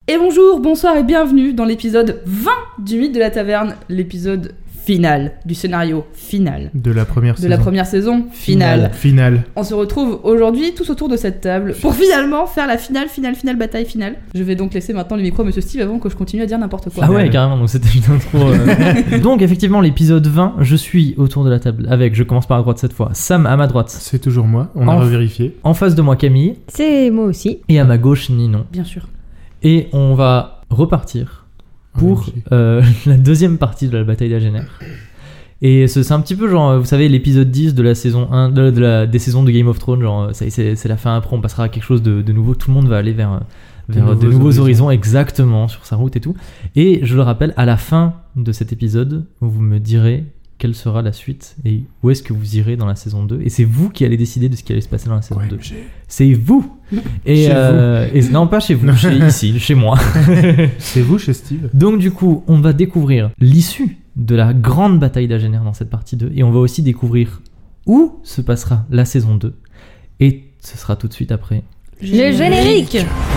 Et bonjour, bonsoir et bienvenue dans l'épisode 20 du Mythe de la Taverne, l'épisode final du scénario final. De la première saison finale. Finale. On se retrouve aujourd'hui tous autour de cette table pour finalement faire la finale, bataille finale. Je vais donc laisser maintenant le micro à Monsieur Steve avant que je continue à dire n'importe quoi. Ah ouais, carrément, donc c'était une intro. Donc effectivement, l'épisode 20, je suis autour de la table avec, je commence par la droite cette fois, Sam à ma droite. C'est toujours moi, on a revérifié. En face de moi, Camille. C'est moi aussi. Et à ma gauche, Ninon. Bien sûr. Et on va repartir pour la deuxième partie de la bataille d'Agener. Et c'est un petit peu genre, vous savez, l'épisode 10 de la saison 1, des saisons de Game of Thrones, genre c'est la fin, après on passera à quelque chose de nouveau, tout le monde va aller vers de nouveaux horizons, exactement, sur sa route et tout. Et je le rappelle, à la fin de cet épisode, vous me direz quelle sera la suite et où est-ce que vous irez dans la saison 2. Et c'est vous qui allez décider de ce qui allait se passer dans la saison 2. C'est vous. Et, non, pas chez vous, ici, chez moi. C'est vous chez Steve. Donc du coup, on va découvrir l'issue de la grande bataille d'Agener dans cette partie 2. Et on va aussi découvrir où se passera la saison 2. Et ce sera tout de suite après. Le générique.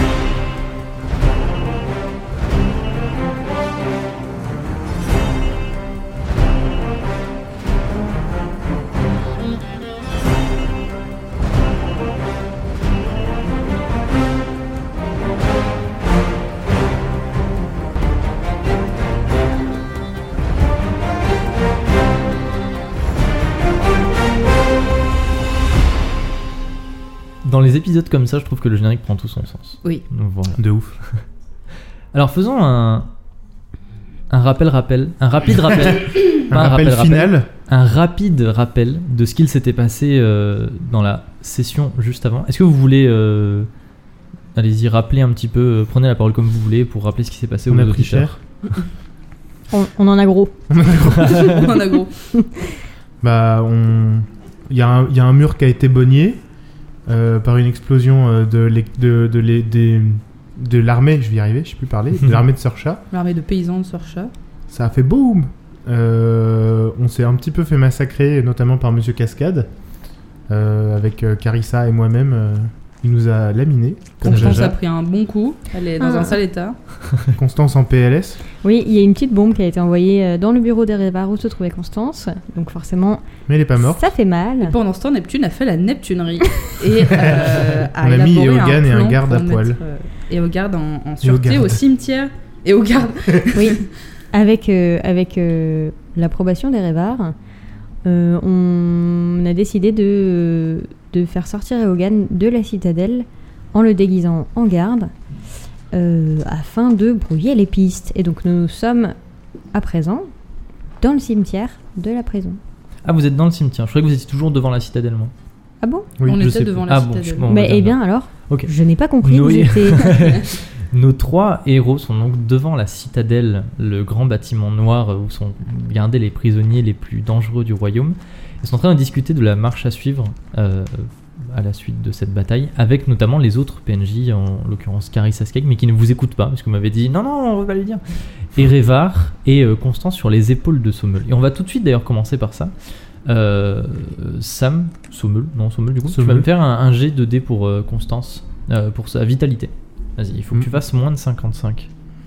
Dans les épisodes comme ça, je trouve que le générique prend tout son sens. Oui. Donc, voilà. De ouf. Alors faisons un rapide rappel. Un rappel final. Un rapide rappel de ce qu'il s'était passé dans la session juste avant. Est-ce que vous voulez, allez-y, rappeler un petit peu, prenez la parole comme vous voulez pour rappeler ce qui s'est passé aux auditeurs. On en a gros. On en a gros. Bah, il y a un mur qui a été bogné. Par une explosion de l'armée, je vais y arriver, je sais plus parler, de l'armée de Sorcha. L'armée de paysans de Sorcha. Ça a fait boum. On s'est un petit peu fait massacrer, notamment par Monsieur Cascade, avec Carissa et moi-même. Il nous a laminé. Constance a pris un bon coup, elle est dans un sale état. Constance en PLS. Oui, il y a une petite bombe qui a été envoyée dans le bureau d'Erevar où se trouvait Constance. Donc forcément, mais elle est pas morte. Ça fait mal. Et pendant ce temps, Neptune a fait la Neptunerie. Et on a mis Eogan et un garde à poil. Eogan en sûreté au cimetière. Eogan. Oui, avec l'approbation d'Erevar, on a décidé de faire sortir Eogan de la citadelle en le déguisant en garde afin de brouiller les pistes. Et donc nous sommes à présent dans le cimetière de la prison. Ah, vous êtes dans le cimetière. Je croyais que vous étiez toujours devant la citadelle, moi. Ah bon ? Oui, on était devant la citadelle. Mais eh bien alors, okay. Je n'ai pas compris où j'étais. Nos trois héros sont donc devant la citadelle, le grand bâtiment noir où sont gardés les prisonniers les plus dangereux du royaume. Ils sont en train de discuter de la marche à suivre à la suite de cette bataille, avec notamment les autres PNJ, en l'occurrence Carissa Skeg, mais qui ne vous écoutent pas, parce que vous m'avez dit non, on va pas lui dire. Et Erevar et Constance sur les épaules de Sommel. Et on va tout de suite d'ailleurs commencer par ça. Sam, Sommel, du coup, tu vas me faire un jet de dés pour Constance, pour sa vitalité. Vas-y, il faut que tu fasses moins de 55.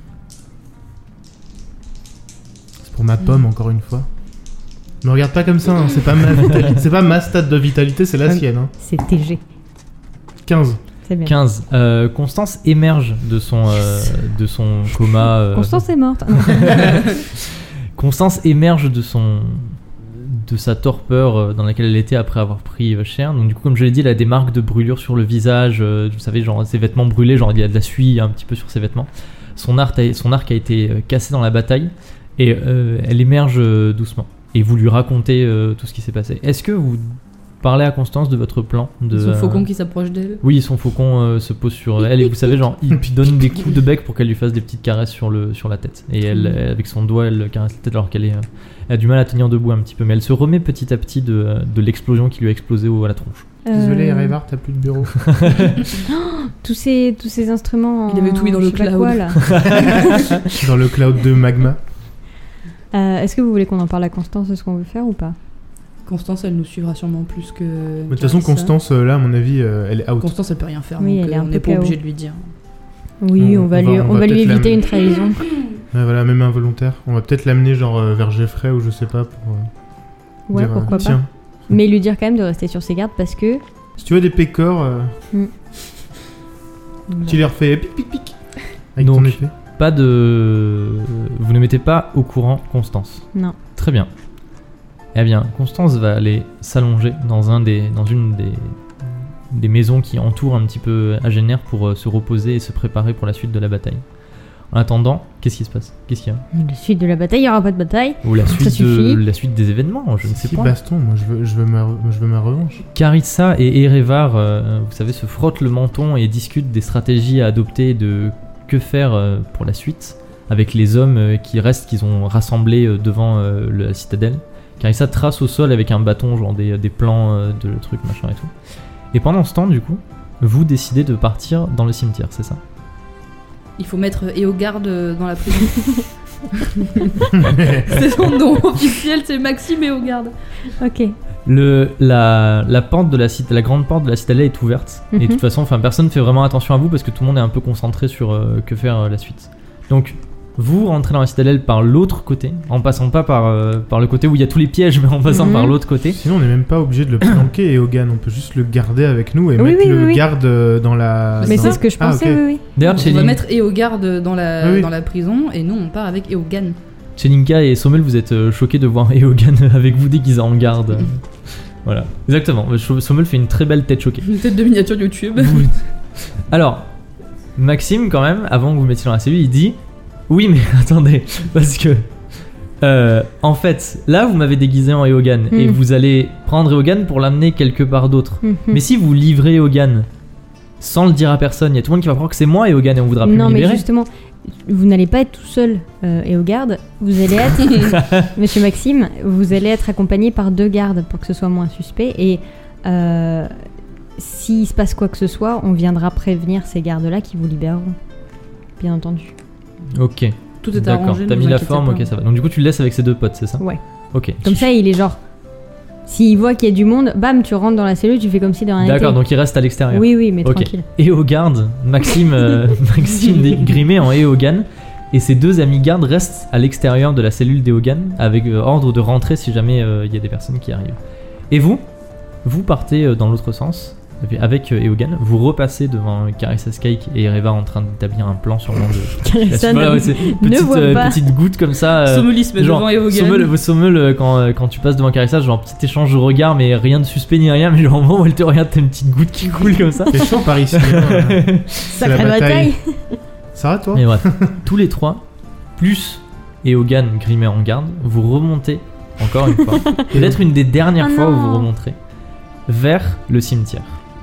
C'est pour ma pomme, encore une fois. Me regarde pas comme ça, hein. C'est pas ma stat de vitalité, c'est la sienne. Hein. C'est TG. 15. C'est bien. 15. Constance émerge de son coma. Constance est morte. Constance émerge de sa torpeur dans laquelle elle était après avoir pris cher. Donc du coup, comme je l'ai dit, elle a des marques de brûlure sur le visage. Vous savez, genre ses vêtements brûlés, genre il y a de la suie un petit peu sur ses vêtements. Son arc a été cassé dans la bataille et elle émerge doucement. Et vous lui racontez tout ce qui s'est passé. Est-ce que vous parlez à Constance de votre plan son faucon qui s'approche d'elle? Oui, son faucon se pose sur elle et vous savez, genre, il donne des coups de bec pour qu'elle lui fasse des petites caresses sur la tête. Et elle, avec son doigt, elle caresse la tête alors qu'elle a du mal à tenir debout un petit peu. Mais elle se remet petit à petit de l'explosion qui lui a explosé à la tronche. Désolé, Erevar, t'as plus de bureau. tous ces instruments. Il avait tout mis dans le cloud. Quoi, là. Dans le cloud de magma. Est-ce que vous voulez qu'on en parle à Constance de ce qu'on veut faire ou pas? Constance, elle nous suivra sûrement plus que. De toute façon, Constance, là, à mon avis, elle est out. Constance, elle peut rien faire. Oui, donc elle est on n'est pas obligé de lui dire. Oui, on va lui peut-être éviter l'amener. une trahison. Ouais, voilà, même involontaire. On va peut-être l'amener genre vers Jeffrey ou je sais pas pour Ouais, dire, pourquoi pas. tiens, Mais lui dire quand même de rester sur ses gardes parce que. si tu vois des pécores, Voilà. tu les refais pic pic pic avec Donc, ton épée. Pas de. Vous ne mettez pas au courant Constance. Non. Très bien. Eh bien, Constance va aller s'allonger dans une des maisons qui entourent un petit peu Agener pour se reposer et se préparer pour la suite de la bataille. En attendant, qu'est-ce qui se passe? Qu'est-ce qu'il y a? La suite de la bataille, il n'y aura pas de bataille. Ou la Ça suite des événements, je ne sais Si pas. baston, moi je veux ma revanche. Carissa et Erevar, vous savez, se frottent le menton et discutent des stratégies à adopter et de que faire pour la suite avec les hommes qui restent, qu'ils ont rassemblés devant la citadelle. Carissa trace au sol avec un bâton, genre des plans de le truc, machin et tout. Et pendant ce temps, du coup, vous décidez de partir dans le cimetière, c'est ça? Il faut mettre Eogard dans la prison. C'est son nom officiel, c'est Maxime Eogard. Ok. La porte de la grande porte de la citadelle est ouverte. Et de toute façon, personne ne fait vraiment attention à vous parce que tout le monde est un peu concentré sur que faire la suite. Donc, vous rentrez dans la citadelle par l'autre côté, en passant pas par le côté où il y a tous les pièges, mais en passant par l'autre côté. Sinon, on n'est même pas obligé de le planquer, Eogan. On peut juste le garder avec nous et Oui, mettre oui, le oui. garde dans la. Mais dans- c'est ce que je Ah, pensais, ok. oui. D'ailleurs, On va Chelinka mettre Eogard dans Ah oui. la prison et nous on part avec Eogan. et Sommel, vous êtes choqués de voir Eogan avec vous déguisé en garde. Voilà, exactement. Sommel fait une très belle tête choquée. Une tête de miniature YouTube. Alors, Maxime, quand même, avant que vous mettiez dans la cellule, il dit oui, mais attendez, parce que en fait, là, vous m'avez déguisé en Eogan et vous allez prendre Eogan pour l'amener quelque part d'autre. Mais si vous livrez Eogan sans le dire à personne, il y a tout le monde qui va croire que c'est moi Eogan et on voudra plus Non, me mais libérer. justement, vous n'allez pas être tout seul et au garde. Vous allez être, Monsieur Maxime, vous allez être accompagné par 2 gardes pour que ce soit moins suspect. Et s'il se passe quoi que ce soit, on viendra prévenir ces gardes-là qui vous libéreront. Bien entendu. Ok, Tout est d'accord. arrangé. T'as ne mis vous la inquiétez forme, pas. ok, ça va. Donc du coup, tu le laisses avec ses 2 potes, c'est ça? Ouais. Ok. Comme ça, il est genre. S'il voit qu'il y a du monde, bam, tu rentres dans la cellule, tu fais comme si de rien n'était. D'accord, donc il reste à l'extérieur. Oui, mais Ok. tranquille. Et au garde, Maxime grimé en Eogan, et ses 2 amis gardes restent à l'extérieur de la cellule d'Eogan avec ordre de rentrer si jamais il y a des personnes qui arrivent. Et vous partez dans l'autre sens avec Eogan, vous repassez devant Carissa Skyke et Erevar en train d'établir un plan sur le nom de. Carissa Voilà, ne- ouais, c'est ne voit pas. petite goutte comme ça. Sommelisme Genre, devant Eogan. Sommel, quand tu passes devant Carissa, genre petit échange de regard, mais rien de suspect ni rien, mais genre au moment où elle te regarde, t'as une petite goutte qui coule comme ça. C'est chaud par ici. hein. Sacrée la bataille. bataille. Ça va, toi? Mais bref, tous les 3, plus Eogan grimé en garde, vous remontez encore une fois, peut-être une des dernières Oh fois où non. vous remonterez, vers le cimetière.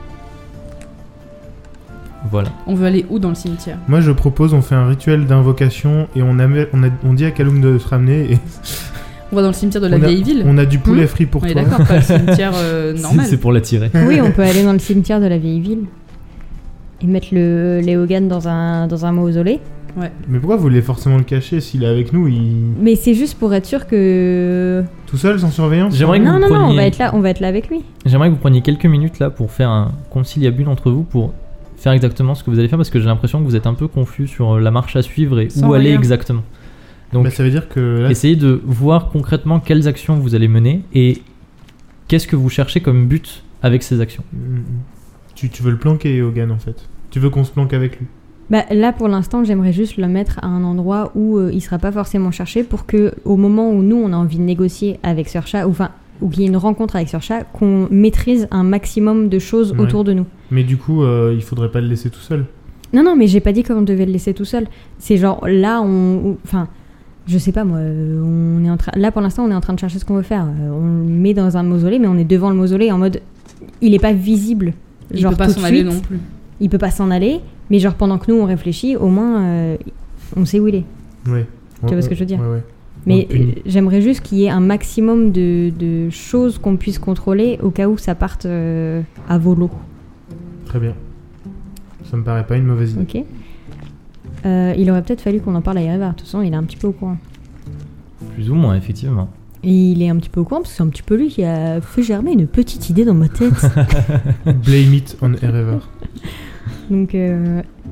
Voilà. On veut aller où dans le cimetière? Moi, je propose, on fait un rituel d'invocation et on dit à Kaloum de se ramener. Et On va dans le cimetière de la on a- vieille ville. On a du poulet frit pour On est toi. d'accord, pas le cimetière normal. C'est pour l'attirer. Oui, on peut aller dans le cimetière de la vieille ville et mettre le Léogan dans un mausolée. Mais pourquoi vous voulez forcément le cacher? S'il est avec nous, Mais c'est juste pour être sûr que. tout seul, sans surveillance? J'aimerais que Non, vous non, preniez... on va être là avec lui. J'aimerais que vous preniez quelques minutes là pour faire un conciliabule entre vous pour faire exactement ce que vous allez faire parce que j'ai l'impression que vous êtes un peu confus sur la marche à suivre et Sans où aller rien. exactement. Donc Bah, ça veut dire que là, essayez de voir concrètement quelles actions vous allez mener et qu'est-ce que vous cherchez comme but avec ces actions. tu veux le planquer, Eogan, en fait. Tu veux qu'on se planque avec lui. Bah, là, pour l'instant, j'aimerais juste le mettre à un endroit où il sera pas forcément cherché pour que, au moment où nous, on a envie de négocier avec Sir Chat, ou qu'il y ait une rencontre avec Sir Chat, qu'on maîtrise un maximum de choses Ouais. autour de nous. Mais du coup, il faudrait pas le laisser tout seul. Non, mais j'ai pas dit qu'on devait le laisser tout seul. C'est genre, là, enfin, je sais pas moi, on est en train... Là, pour l'instant, on est en train de chercher ce qu'on veut faire. On le met dans un mausolée, mais on est devant le mausolée en mode... Il est pas visible. Il Genre, peut pas tout s'en de aller suite. non plus. Il peut pas s'en aller, mais genre, pendant que nous, on réfléchit, au moins, on sait où il est. Ouais. Tu vois ce que je veux dire? Ouais. Mais On le punit. j'aimerais juste qu'il y ait un maximum de choses qu'on puisse contrôler au cas où ça parte à volo. Très bien. Ça me paraît pas une mauvaise idée. Ok. Il aurait peut-être fallu qu'on en parle à Erevar. De toute façon, il est un petit peu au courant. Plus ou moins, effectivement. Et il est un petit peu au courant parce que c'est un petit peu lui qui a fait germer une petite idée dans ma tête. Blame it on Erevar. Donc,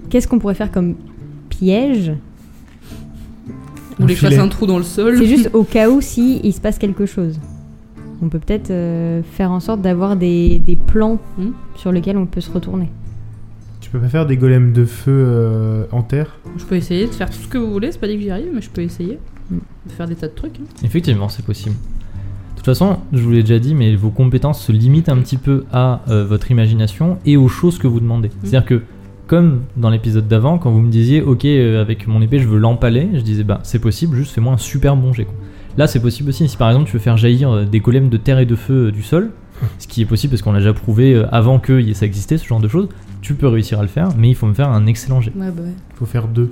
qu'est-ce qu'on pourrait faire comme piège? Ou les fasse un trou dans le sol. C'est juste au cas où si il se passe quelque chose. On peut peut-être faire en sorte d'avoir des plans sur lesquels on peut se retourner. Tu peux pas faire des golems de feu en terre? Je peux essayer de faire tout ce que vous voulez, c'est pas dit que j'y arrive, mais je peux essayer de faire des tas de trucs. Effectivement, c'est possible. De toute façon, je vous l'ai déjà dit, mais vos compétences se limitent un petit peu à votre imagination et aux choses que vous demandez. C'est-à-dire que, comme dans l'épisode d'avant, quand vous me disiez, ok, avec mon épée, je veux l'empaler, je disais, bah, c'est possible, juste fais-moi un super bon jet, quoi. Là, c'est possible aussi, si par exemple tu veux faire jaillir des golems de terre et de feu du sol, ce qui est possible parce qu'on l'a déjà prouvé avant que ça existait, ce genre de choses, tu peux réussir à le faire, mais il faut me faire un excellent jet. Ouais, bah ouais. Il faut faire 2.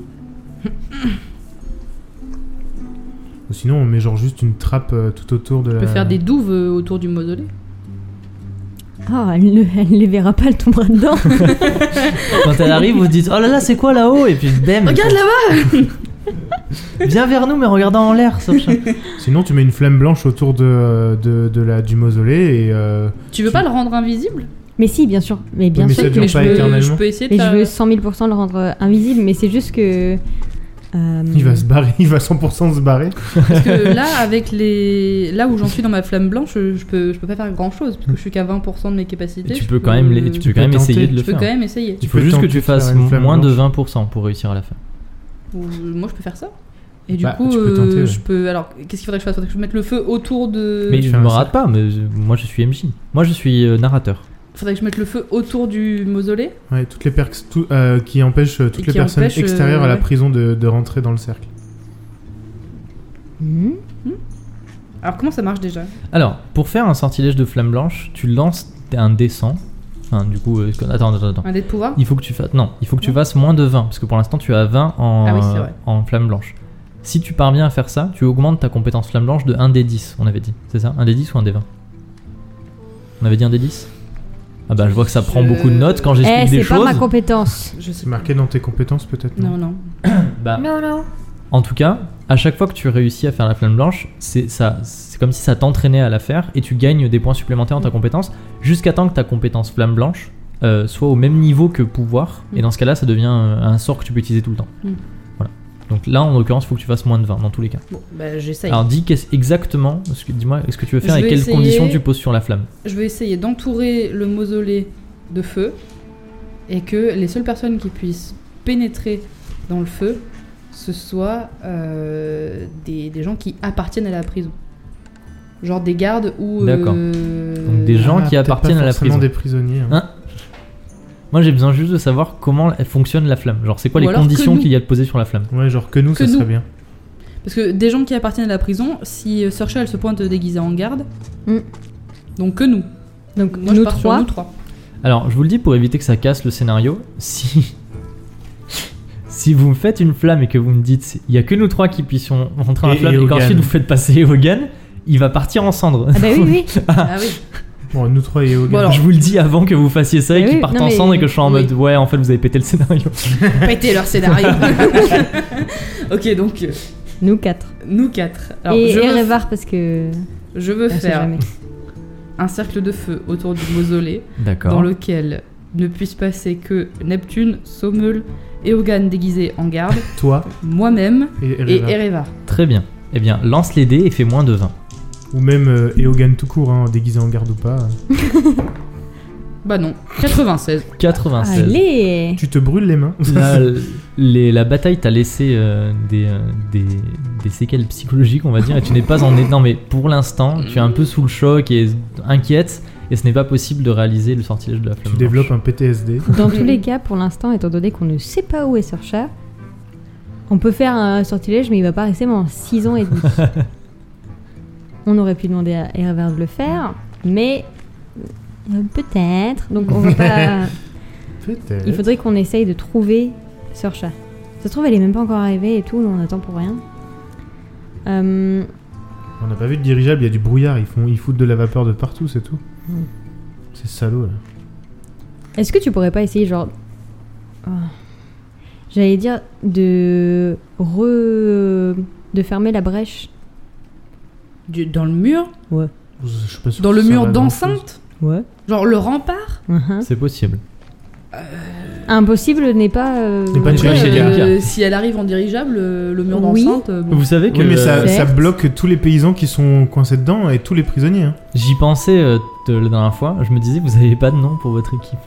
Ou sinon, on met genre juste une trappe tout autour de la... Tu peux faire des douves autour du mausolée. Ah, elle ne les verra pas, elle tombera dedans. Quand elle arrive, vous dites, oh là là, c'est quoi là-haut? Et puis bam. Regarde là-bas. Viens vers nous, mais regardant en l'air, Sacha. Sinon, tu mets une flamme blanche autour du mausolée et... Tu veux pas le rendre invisible? Mais si, bien sûr. Mais bien mais sûr ça que dure pas éternellement. je peux essayer de mais faire... je veux 100 000% le rendre invisible, mais c'est juste que... Il va se barrer, il va 100% se barrer. Parce que là, avec là où j'en suis dans ma flamme blanche, je peux pas faire grand chose, parce que je suis qu'à 20% de mes capacités. Et tu peux quand même, tu peux quand même tenter. essayer de le Je peux faire. quand même essayer. Il faut juste que tu fasses faire une flamme moins de blanche. 20% pour réussir à la faire. Moi, je peux faire ça. Et du Bah, coup, tu peux tenter, ouais. je peux... Alors, qu'est-ce qu'il faudrait que je fasse? Faudrait que je mette le feu autour de... Mais tu je fais me un rate pas, mais moi je suis MJ. Moi je suis narrateur. Faudrait que je mette le feu autour du mausolée. Ouais, toutes les qui empêchent toutes les qui personnes empêchent, extérieures à la ouais. prison de rentrer dans le cercle. Alors, comment ça marche déjà? Alors, pour faire un sortilège de flamme blanche, tu lances un dé 100. Enfin, du coup, attends. Un dé de pouvoir? Il faut que tu fasses. Non, il faut que tu fasses moins de 20, parce que pour l'instant tu as 20 Ah oui, c'est vrai. en flamme blanche. Si tu parviens à faire ça, tu augmentes ta compétence flamme blanche de 1 d 10, on avait dit. C'est ça? 1 d 10 ou 1 d 20? On avait dit 1 d 10? Ah bah je vois que ça prend beaucoup de notes quand j'explique des c'est choses. pas ma compétence. Je sais C'est marqué dans tes compétences peut-être? Non. Bah, Non. en tout cas, à chaque fois que tu réussis à faire la flamme blanche, c'est comme si ça t'entraînait à la faire et tu gagnes des points supplémentaires dans ta compétence jusqu'à temps que ta compétence flamme blanche soit au même niveau que pouvoir. Et dans ce cas-là, ça devient un sort que tu peux utiliser tout le temps. Voilà. Donc là, en l'occurrence, il faut que tu fasses moins de 20 dans tous les cas. Bon, bah j'essaye. Alors dis exactement, dis-moi, est-ce que tu veux faire Je et vais quelles essayer. conditions tu poses sur la flamme? Je vais essayer d'entourer le mausolée de feu et que les seules personnes qui puissent pénétrer dans le feu, ce soit des gens qui appartiennent à la prison. Genre des gardes ou... D'accord. Donc des gens qui peut-être appartiennent pas à la forcément prison. des prisonniers. Hein. Hein? Moi j'ai besoin juste de savoir comment elle fonctionne la flamme. Genre c'est quoi Ou les alors conditions que nous. qu'il y a de poser sur la flamme? Ouais, genre que nous, Que ça nous. serait bien. Parce que des gens qui appartiennent à la prison, si Saoirse elle se pointe déguisée en garde, donc que nous. Donc Moi je nous pars sur trois. nous trois. Alors, je vous le dis pour éviter que ça casse le scénario, si vous me faites une flamme et que vous me dites il y a que nous trois qui puissions rentrer dans la Et flamme et Hogan. qu'ensuite vous faites passer Hogan, il va partir en cendres. Ah bah oui. Ah oui. Bon, nous trois et Hogan. Bon, alors, Je vous le dis avant que vous fassiez ça et Mais qu'il oui, parte non, en mais- cendres et que je sois en oui. mode ouais, en fait vous avez pété le scénario. Péter leur scénario. Ok, donc Nous quatre. nous quatre. Alors, Et je veux Erevar parce que... Je veux on sait faire jamais. un cercle de feu autour du mausolée D'accord. dans lequel ne puisse passer que Neptune, Sommel et Hogan déguisés en garde, Toi moi-même et et Erevar. Erevar. Très bien. Eh bien, lance les dés et fais moins de 20. Ou même Eogan tout court, hein, déguisé en garde ou pas. Bah non, 96. 96. Allez. Tu te brûles les mains. La bataille t'a laissé des séquelles psychologiques, on va dire, et tu n'es pas en... Non, mais pour l'instant, tu es un peu sous le choc et inquiète, et ce n'est pas possible de réaliser le sortilège de la flamme Tu blanche. développes un PTSD. Dans tous les cas, pour l'instant, étant donné qu'on ne sait pas où est Saoirse, on peut faire un sortilège, mais il va pas rester pendant 6 ans et demi. On aurait pu demander à Erevar de le faire, mais peut-être. Donc on va pas. Peut-être. Il faudrait qu'on essaye de trouver Saoirse. Ça se trouve, elle est même pas encore arrivée et tout, nous on attend pour rien. On n'a pas vu de dirigeable, il y a du brouillard, ils foutent de la vapeur de partout, c'est tout. C'est salaud là. Est-ce que tu pourrais pas essayer, genre. J'allais dire de fermer la brèche. Dans le mur? Ouais. Je suis pas sûr Dans que le ça mur va grand-chose. d'enceinte? Ouais. Genre le rempart? C'est possible. Impossible n'est pas. N'est pas Ouais, tué. Si elle arrive en dirigeable, le mur Oui. d'enceinte. Bon. Vous savez que Oui, mais ça Certes. bloque tous les paysans qui sont coincés dedans et tous les prisonniers. Hein. j'y pensais la dernière fois. Je me disais, vous avez pas de nom pour votre équipe.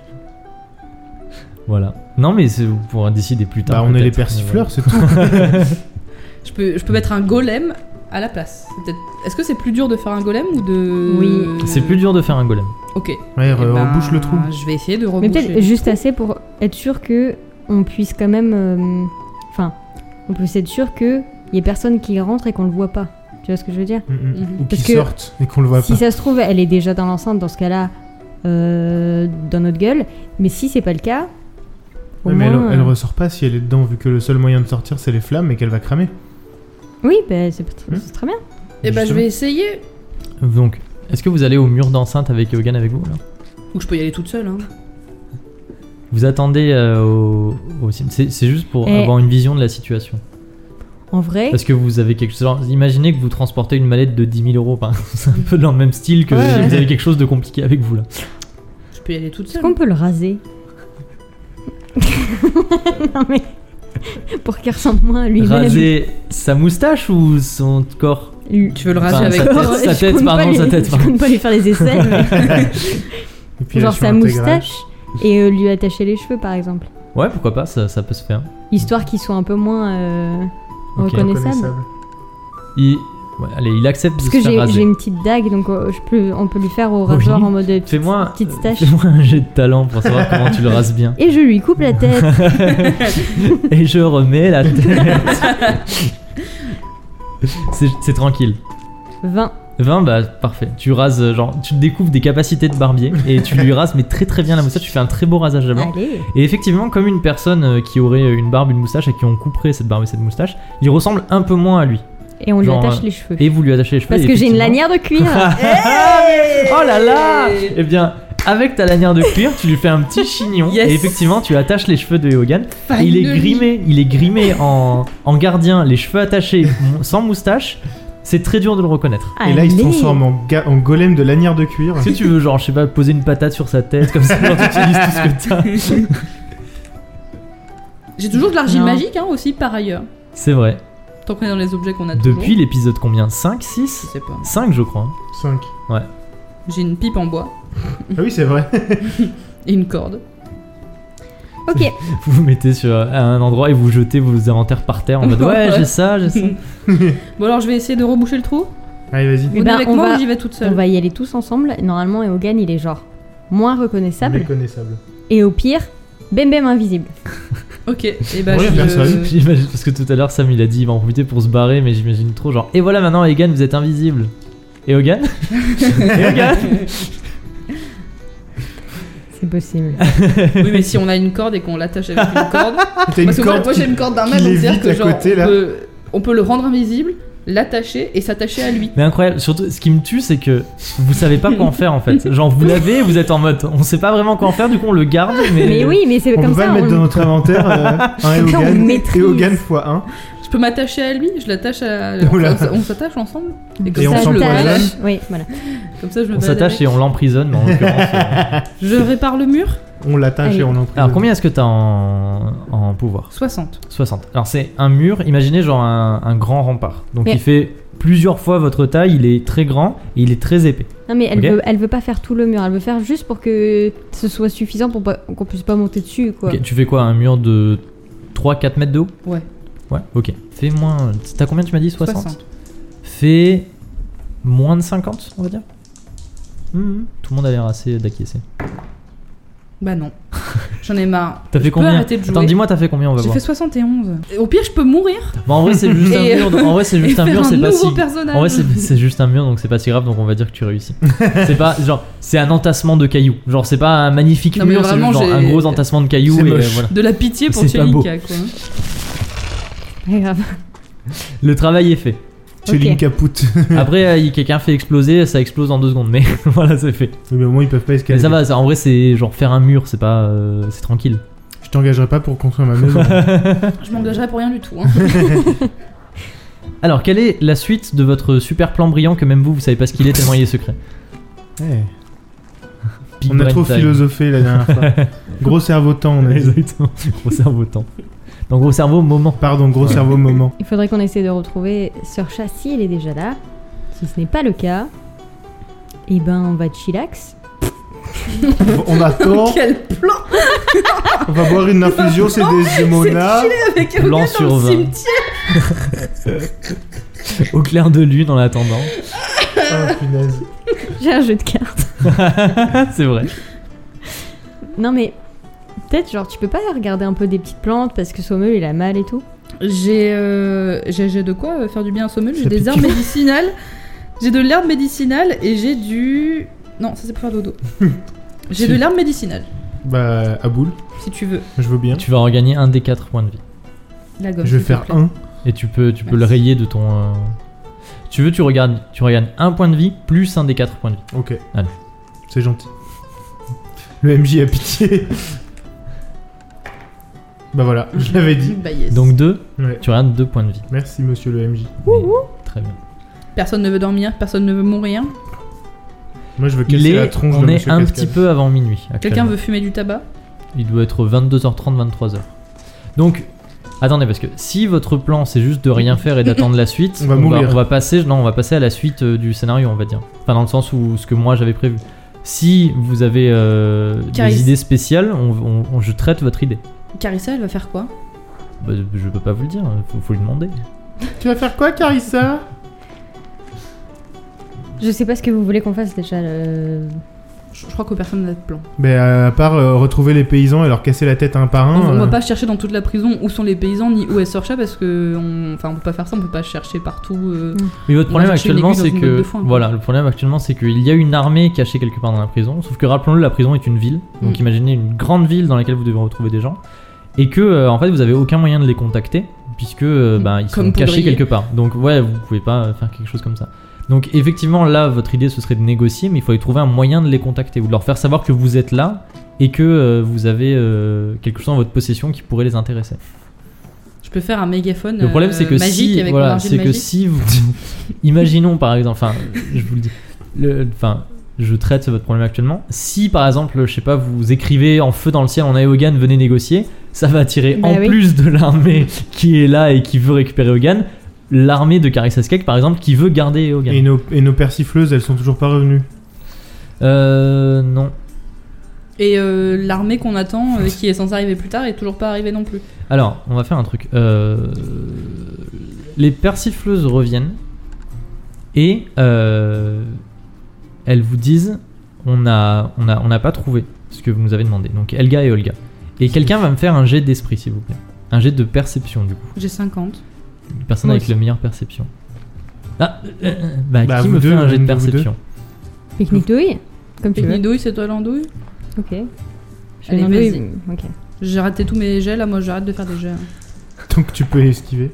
Voilà. Non, mais vous pourrez décider plus tard. Bah, on est les peut-être. persifleurs, c'est tout. Je peux mettre un golem à la place. Est-ce que c'est plus dur de faire un golem ou de. Oui. C'est plus dur de faire un golem. Ok. Ouais, Eh ben, rebouche le trou. Je vais essayer de Mais reboucher. peut-être juste assez pour être sûr que on puisse quand même. Enfin, on puisse être sûr que y ait personne qui rentre et qu'on le voit pas. Tu vois ce que je veux dire? Ou Parce qui que sortent et qu'on le voit Si pas. ça se trouve, elle est déjà dans l'enceinte dans ce cas-là, dans notre gueule. Mais si c'est pas le cas, au Ouais, mais moins, elle ressort pas si elle est dedans, vu que le seul moyen de sortir c'est les flammes et qu'elle va cramer. Oui, bah, c'est très bien. Eh ben, je vais essayer. Donc, est-ce que vous allez au mur d'enceinte avec Eogan avec vous là? Ou je peux y aller toute seule. Hein. Vous attendez au c'est juste pour Et- avoir une vision de la situation. En vrai, Parce que vous avez quelque chose. Alors, imaginez que vous transportez une mallette de 10 000 euros. Par exemple. C'est un peu dans le même style que Ouais, si ouais. vous avez quelque chose de compliqué avec vous là. Je peux y aller toute est-ce seule. qu'on peut le raser? Non mais pour qu'il ressemble moins à lui-même. Raser sa moustache ou son corps? Lui. Tu veux le raser Enfin, avec sa quoi tête. Sa Je tête, compte pardon, pas sa lui- tête, Je pardon. compte pas lui faire les aisselles, mais genre Épilation sa intégrale. moustache et lui attacher les cheveux par exemple. Ouais, pourquoi pas, ça peut se faire. Histoire qu'il soit un peu moins Ok. reconnaissable. Il accepte Parce de que se faire j'ai raser. une petite dague, donc on peut lui faire au rasoir Oui. en mode Fais-moi petite stache. fais-moi un jet de talent pour savoir comment tu le rases bien. Et je lui coupe la tête. Et je remets la tête. C'est tranquille. 20. 20, bah parfait. Tu rases, genre, tu découvres des capacités de barbier et tu lui rases, mais très très bien la moustache. Tu fais un très beau rasage d'abord. Allez. Et effectivement, comme une personne qui aurait une barbe, une moustache et qui on couperait cette barbe et cette moustache, il ressemble un peu moins à lui. Et on lui Genre, attache les cheveux. Et vous lui attachez les cheveux. Parce et que j'ai une effectivement- lanière de cuir. Oh là là Eh bien, avec ta lanière de cuir, tu lui fais un petit chignon Yes. et effectivement, tu attaches les cheveux de Eogan. Et il est Finally. grimé en gardien, les cheveux attachés, sans moustache. C'est très dur de le reconnaître. Et là il se Allez. transforme en golem de lanière de cuir. Est-ce que tu veux, genre, je sais pas, poser une patate sur sa tête, comme ça, genre, tu utilises tout ce que t'as. J'ai toujours de l'argile Non. magique hein, aussi par ailleurs. C'est vrai. Tant qu'on est dans les objets qu'on a toujours. Depuis l'épisode combien 5, 6 Je sais pas. 5, je crois. 5. J'ai une pipe en bois Ah oui c'est vrai. et une corde. Ok. Vous vous mettez sur un endroit et vous jetez vos inventaires par terre en mode ouais, j'ai ça, j'ai ça. Bon alors je vais essayer de reboucher le trou. Allez vas-y. Eh On est ben, avec on moi va- ou j'y vais toute On seule va y aller tous ensemble. Normalement, Eogan, il est genre moins reconnaissable. Méconnaissable. Et au pire, bem bem invisible. Ok. Et bah Ouais, je... personne. J'imagine, parce que tout à l'heure Sam il a dit il va en profiter pour se barrer, mais j'imagine trop genre et voilà maintenant Eogan vous êtes invisible. Eogan Eogan C'est possible. Oui mais si on a une corde et qu'on l'attache avec une corde. T'as une Parce que moi corde j'ai une corde d'un qui mètre, donc c'est-à-dire lévite que à genre côté, là. on peut le rendre invisible, l'attacher et s'attacher à lui. Mais incroyable, surtout ce qui me tue c'est que vous savez pas quoi en faire en fait. Genre vous l'avez, vous êtes en mode on sait pas vraiment quoi en faire, du coup on le garde, Mais oui, mais c'est On comme peut pas ça. le mettre on- dans notre inventaire un Comme ça, on Eogan. maîtrise. Eogan x1. Je peux m'attacher à lui, je l'attache à. Oula. On s'attache ensemble. Et comme Et on ça, je le s'empoisonne. balade. Oui, voilà. Comme ça je me on balade s'attache avec. et on l'emprisonne, mais en l'occurrence. Je répare le mur. On l'attache Allez. et on l'emprisonne. Alors combien est-ce que t'as en pouvoir 60. 60. Alors c'est un mur, imaginez genre un grand rempart. Donc Mais- il fait plusieurs fois votre taille, il est très grand et il est très épais. Non, mais Ok. elle veut pas faire tout le mur. Elle veut faire juste pour que ce soit suffisant pour qu'on puisse pas monter dessus, quoi. Ok, tu fais quoi, un mur de 3-4 mètres de haut Ouais. Ouais, ok. Fais moins. T'as combien tu m'as dit 60. 60. Fais moins de 50, on va dire. Tout le monde a l'air assez d'acquiescer. Bah non. J'en ai marre. T'as fait Je peux combien arrêter de jouer. Attends, dis-moi, t'as fait combien, on va J'ai voir. fait 71. Au pire, je peux mourir. Bon, en vrai, c'est juste un Et- mur. En vrai, c'est Et juste un faire mur, c'est pas nouveau si. personnage. En vrai, c'est juste un mur, donc c'est pas si grave, donc on va dire que tu réussis. C'est pas genre, c'est un entassement de cailloux. Genre, c'est pas un magnifique Non, mais mur, c'est vraiment, juste genre un j'ai- gros entassement de cailloux C'est et moche. voilà. De la pitié pour C'est pas beau. Chelinka, quoi. Pas grave. Le travail est fait. Chéline Ok. Capoute. Après, quelqu'un fait exploser, ça explose en 2 secondes, mais voilà, c'est fait. Mais au moins ils peuvent pas Mais escalader. ça va, en vrai, c'est genre faire un mur, c'est pas. C'est tranquille. Je t'engagerai pas pour construire ma maison. Je m'engagerai pour rien du tout. Hein. Alors, quelle est la suite de votre super plan brillant que même vous savez pas ce qu'il est tellement il est secret Ouais. Big On a brain trop time. philosophé la dernière fois. Gros cerveau temps, on a dit. Exactement. Gros cerveau temps. Donc gros cerveau moment. Pardon, gros Ouais. cerveau moment. Il faudrait qu'on essaie de retrouver Sir Chat si elle est déjà là. Si ce n'est pas le cas, eh ben on va chillax. On attend, Quel plan on va boire une infusion, c'est des Mona. avec un Plan gars sur dans le 20. cimetière. Au clair de lune en attendant. Oh punaise. J'ai un jeu de cartes. C'est vrai. Non mais peut-être genre tu peux pas regarder un peu des petites plantes parce que Sommel il a mal et tout. J'ai de quoi faire du bien à Sommel. J'ai Ça des pique. herbes médicinales. J'ai de l'herbe médicinale et j'ai du... Non, ça c'est pour faire dodo. J'ai Si. de l'herbe médicinale, Bah, à boule, si tu veux. je veux bien. Tu vas regagner un des 4 points de vie. La gomme, Je vais s'il te faire plaît. un. Et tu peux le Merci. rayer de ton. Tu veux, tu regagnes un point de vie plus un des 4 points de vie. Ok. Allez. C'est gentil. Le MJ a pitié. Bah voilà, je l'avais dit. Bah yes. Donc 2, Ouais. tu regagnes 2 points de vie. Merci monsieur le MJ. Très bien. Personne ne veut dormir, personne ne veut mourir. Moi je veux casser la tronche On de est monsieur un Cascade. petit peu avant minuit. Quelqu'un actuellement. veut fumer du tabac? Il doit être 22h30, 23h. Donc, attendez, parce que si votre plan c'est juste de rien faire et d'attendre la suite, On va mourir. on va passer à la suite du scénario, on va dire. Enfin, dans le sens où ce que moi j'avais prévu. Si vous avez Caris. des idées spéciales, je traite votre idée. Carissa, elle va faire quoi? Bah, je peux pas vous le dire, faut lui demander. Tu vas faire quoi Carissa? Je sais pas ce que vous voulez qu'on fasse déjà. Je crois que personne n'a de plan. Bah à part retrouver les paysans et leur casser la tête un par un. On va pas chercher dans toute la prison où sont les paysans ni où est Sir Chat parce que on peut pas faire ça, on peut pas chercher partout. Mais votre On va problème chercher une actuellement, aiguille c'est dans une botte que de foin, quoi. voilà, le problème actuellement, c'est qu'il y a une armée cachée quelque part dans la prison. Sauf que rappelons-le, la prison est une ville. Donc Mm. imaginez une grande ville dans laquelle vous devez retrouver des gens et que en fait vous avez aucun moyen de les contacter puisque ils Comme sont cachés Poudrier. quelque part. Donc ouais, vous pouvez pas faire quelque chose comme ça. Donc effectivement là, votre idée ce serait de négocier, mais il faudrait trouver un moyen de les contacter ou de leur faire savoir que vous êtes là et que vous avez quelque chose dans votre possession qui pourrait les intéresser. Je peux faire un mégaphone Le problème c'est que magique si avec voilà, mon argile c'est que magique. si vous imaginons par exemple, enfin je vous le dis, je traite votre problème actuellement. Si par exemple, je sais pas, vous écrivez en feu dans le ciel en Eogan, venez négocier, ça va attirer Bah en oui. plus de l'armée qui est là et qui veut récupérer Eogan, l'armée de Carissa Skek par exemple qui veut garder Eogan. Et nos persifleuses, elles sont toujours pas revenues. Non. Et l'armée qu'on attend, qui est censée arriver plus tard, est toujours pas arrivée non plus. Alors, on va faire un truc. Les persifleuses reviennent et elles vous disent on n'a pas trouvé ce que vous nous avez demandé. Donc Elga et Olga. Et quelqu'un va me faire un jet d'esprit s'il vous plaît. Un jet de perception du coup. J'ai 50. Une personne Moi avec aussi. la meilleure perception. Bah, Bah, qui vous me deux, fait un jet de une de vous perception? Pique-nique douille comme tu veux. Nidouille, c'est toi l'andouille? Ok. Je fais Allez, l'andouille, vas-y. Ok. J'ai raté tous mes jets, là moi j'arrête de faire des jets. Donc tu peux esquiver.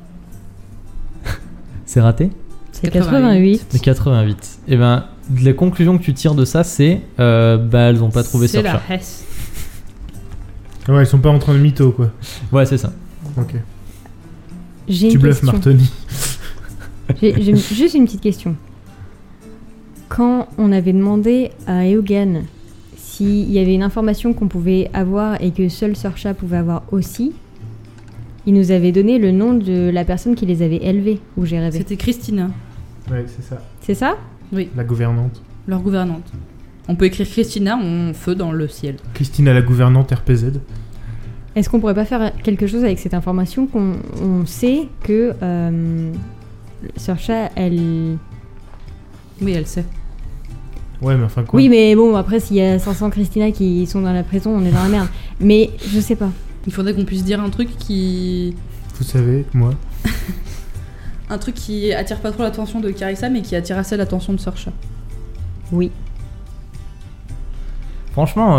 C'est raté? C'est 88. Mais 88. Et ben, la conclusion que tu tires de ça, c'est elles ont pas trouvé C'est Sir la Chat. Hesse. Ah ouais, ils sont pas en train de mytho quoi. Ouais, c'est ça. Ok. J'ai Tu une bluffes question. Martoni. J'ai juste une petite question. Quand on avait demandé à Eogan s'il y avait une information qu'on pouvait avoir et que seul Sir Chat pouvait avoir aussi, il nous avait donné le nom de la personne qui les avait élevés, où j'ai rêvé. C'était Christina, Ouais, c'est ça. C'est ça? La gouvernante. leur gouvernante. On peut écrire Christina en feu dans le ciel. Christine à la gouvernante RPZ. Est-ce qu'on pourrait pas faire quelque chose avec cette information qu'on sait que Sir Chat, elle... Oui, elle sait. Ouais, mais enfin quoi. Oui, mais bon, après, s'il y a 500 Christina qui sont dans la prison, on est dans la merde. Mais je sais pas. Il faudrait qu'on puisse dire un truc qui Vous savez, moi. attire pas trop l'attention de Carissa, mais qui attire assez l'attention de Sir Chat. Oui. Franchement,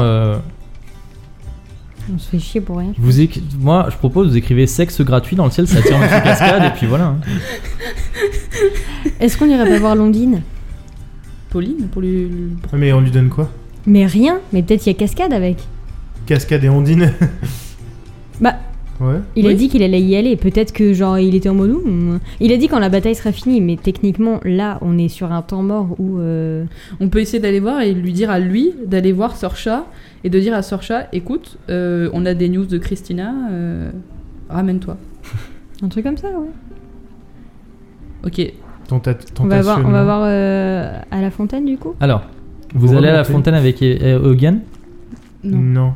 On se fait chier pour rien. moi je propose vous écrivez sexe gratuit dans le ciel, ça attire Monsieur Cascade et puis voilà. Hein. Est-ce qu'on irait pas voir Londine? Pauline, pour lui. Ouais, mais on lui donne quoi? Mais rien. Mais peut-être il y a cascade avec. Cascade et Ondine. Bah, Ouais. Il a Oui. dit qu'il allait y aller. Peut-être que genre il était en mode il a dit quand la bataille sera finie, mais techniquement là on est sur un temps mort où On peut essayer d'aller voir et lui dire à lui d'aller voir Sorcha et de dire à Sorcha, écoute, on a des news de Christina, ramène-toi. un truc comme ça, ouais. Ok. On va voir à la fontaine du coup. Alors, vous Vous allez à la remontez. fontaine avec Hogan. Non. Non.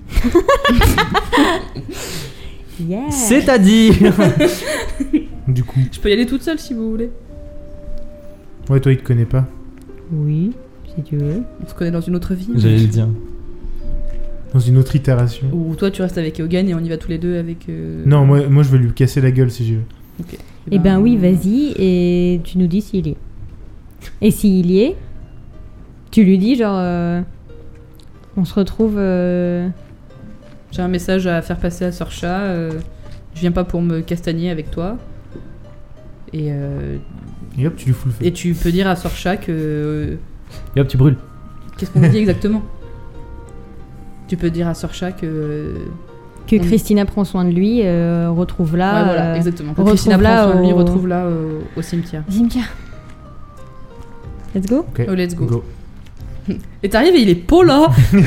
Yeah. C'est-à-dire Du coup. Je peux y aller toute seule si vous voulez. Ouais, toi, il te connaît pas. Oui, si tu veux. On se connaît dans une autre vie. J'allais le dire. Dans une autre itération. Ou toi tu restes avec Eogan et on y va tous les deux avec... Non, moi, je veux lui casser la gueule si je veux. Ok. Eh ben oui, vas-y et tu nous dis s'il y est. Et s'il y est, tu lui dis genre on se retrouve. J'ai un message à faire passer à Sorcha. Je viens pas pour me castagner avec toi. Et Et hop, tu lui fous le feu. et tu peux dire à Sorcha que... Et hop, tu brûles. Qu'est-ce qu'on a dit exactement? Tu peux dire à Sorcha que... Que On- Christina prend soin de lui, retrouve là. ouais, voilà, exactement. Que retrouve Christina là prend soin de lui, au- retrouve là au cimetière. Cimetière. Let's go. Ok. Oh, let's go. Et t'arrives et il est pas là.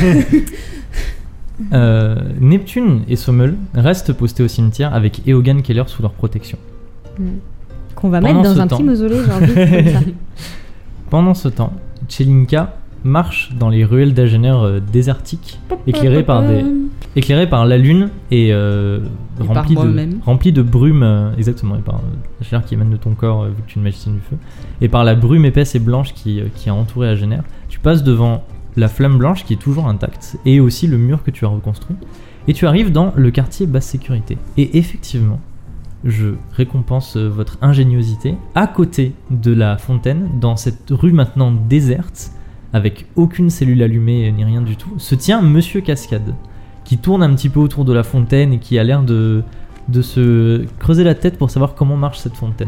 Neptune et Sommel restent postés au cimetière avec Eogan Keller sous leur protection. Qu'on va Pendant mettre dans ce un temps. petit mausolée, genre vite, comme ça. Pendant ce temps, Chelinka marche dans les ruelles d'Agener désertiques, éclairées par la lune et par moi-même. remplies de brume, exactement, et par la chaleur qui émane de ton corps, vu que tu es une magicienne du feu, et par la brume épaisse et blanche qui a entouré Agener. Tu passes devant la flamme blanche qui est toujours intacte, et aussi le mur que tu as reconstruit, et tu arrives dans le quartier basse sécurité. Et effectivement, je récompense votre ingéniosité. À côté de la fontaine, dans cette rue maintenant déserte, avec aucune cellule allumée ni rien du tout, se tient Monsieur Cascade, qui tourne un petit peu autour de la fontaine et qui a l'air de se creuser la tête pour savoir comment marche cette fontaine.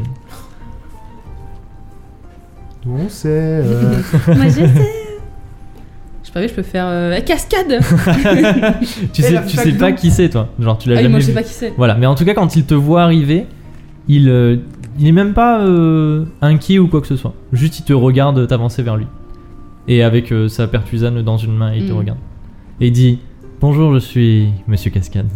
D'où on sait. Moi je sais. Je parie, je peux faire cascade. Tu Et la sais flaque pas d'eau. qui c'est, toi. Genre, tu l'as Ah oui, jamais moi je sais vu. pas qui c'est. Voilà, mais en tout cas, quand il te voit arriver, il est même pas inquiet ou quoi que ce soit. Juste, il te regarde t'avancer vers lui. Et avec sa pertusane dans une main, il te Mm. regarde. Et il dit: Bonjour, je suis Monsieur Cascade.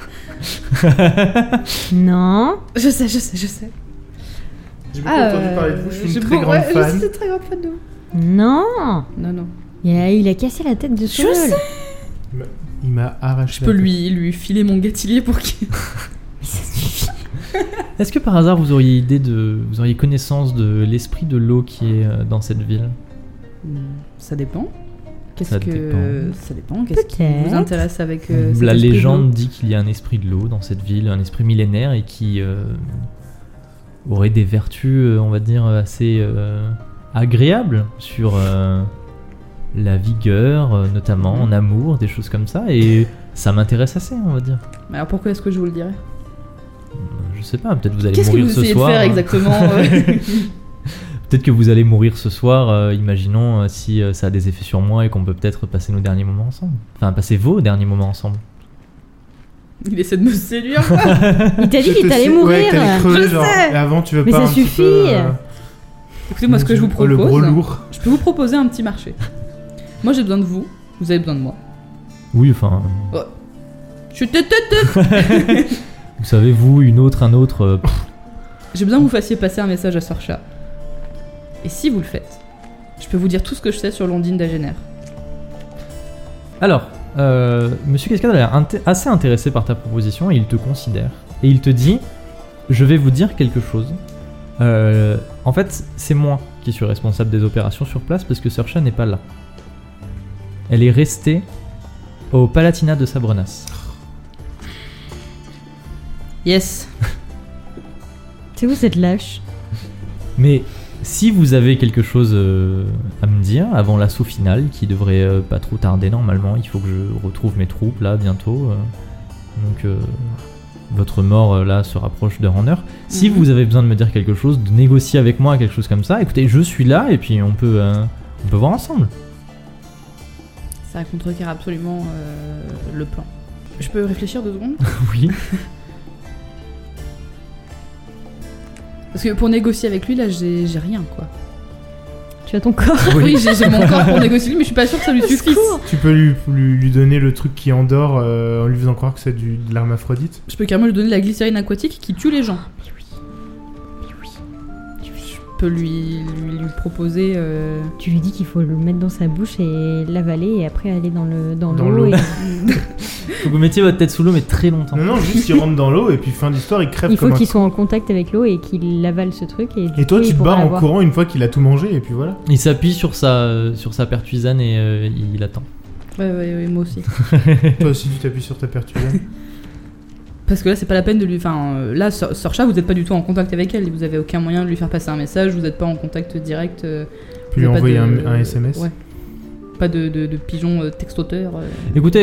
Non. Je sais. J'ai beaucoup entendu parler de vous, je suis une très grande ouais, fan. Je suis très grande fan de vous. Non. Non. Il a cassé la tête de Je Sommel. sais. Il m'a arraché. Je peux la tête. lui filer mon gâtillier pour qu'il... Est-ce que par hasard vous auriez connaissance de l'esprit de l'eau qui est dans cette ville? Ça dépend. Ça dépend. Ça dépend. Qu'est-ce qui Peut-être. vous intéresse avec cet La esprit de légende l'eau dit qu'il y a un esprit de l'eau dans cette ville, un esprit millénaire et qui aurait des vertus, on va dire, assez agréables sur la vigueur, notamment en amour, des choses comme ça. Et ça m'intéresse assez, on va dire. Mais alors pourquoi est-ce que je vous le dirais? Je sais pas, peut-être vous allez Qu'est-ce que mourir vous ce essayez soir. de faire exactement Peut-être que vous allez mourir ce soir, imaginons si ça a des effets sur moi et qu'on peut peut-être passer nos derniers moments ensemble. Enfin, passer vos derniers moments ensemble. Il essaie de me séduire. Il t'a dit Je qu'il te t'allait sais- mourir. Ouais, que t'allais crever, Je genre. sais. Et avant, tu veux Mais pas ça un petit suffit. peu, Écoutez, moi, ce que je vous propose, Le gros lourd. je peux vous proposer un petit marché. Moi, j'ai besoin de vous. Vous avez besoin de moi. Oui, enfin, Je te. vous savez, vous, une autre, un autre. J'ai besoin que vous fassiez passer un message à Sorcha. Et si vous le faites, je peux vous dire tout ce que je sais sur l'ondine d'Agener. Alors, Monsieur Cascade a l'air assez intéressé par ta proposition et il te considère. Et il te dit: Je vais vous dire quelque chose. En fait, c'est moi qui suis responsable des opérations sur place parce que Sorcha n'est pas là. Elle est restée au Palatinat de Sabrenas. Yes. C'est où cette lâche? Mais si vous avez quelque chose à me dire avant l'assaut final, qui devrait pas trop tarder normalement, il faut que je retrouve mes troupes là bientôt. Donc votre mort là se rapproche d'heure en heure. Si Mhm. vous avez besoin de me dire quelque chose, de négocier avec moi quelque chose comme ça, écoutez, je suis là et puis on peut voir ensemble. Ça contrecarre absolument le plan. Je peux réfléchir 2 secondes? Oui. Parce que pour négocier avec lui, là, j'ai rien, quoi. Tu as ton corps. Oui, j'ai mon corps pour négocier, mais je suis pas sûre que ça lui suffise. Tu peux lui donner le truc qui endort en lui faisant croire que c'est de l'hermaphrodite. Je peux carrément lui donner la glycérine aquatique qui tue les gens. Mais oui. Je peux lui proposer... Tu lui dis qu'il faut le mettre dans sa bouche et l'avaler et après aller dans Dans l'eau. l'eau. Faut que vous mettiez votre tête sous l'eau, mais très longtemps. Non, juste il rentre dans l'eau et puis fin d'histoire, il crève Il faut comme qu'il soit en contact avec l'eau et qu'il avale ce truc. Et toi, coup, tu il te pourra barres en l'avoir. courant une fois qu'il a tout mangé et puis voilà. Il s'appuie sur sa pertuisane et il attend. Ouais, moi aussi. Toi aussi, tu t'appuies sur ta pertuisane. Parce que là, c'est pas la peine de lui... Enfin, là, Sorcha, vous êtes pas du tout en contact avec elle. Vous avez aucun moyen de lui faire passer un message. Vous êtes pas en contact direct. Puis lui pas envoyer de- un SMS. Ouais. Pas de pigeon textoteur. Écoutez,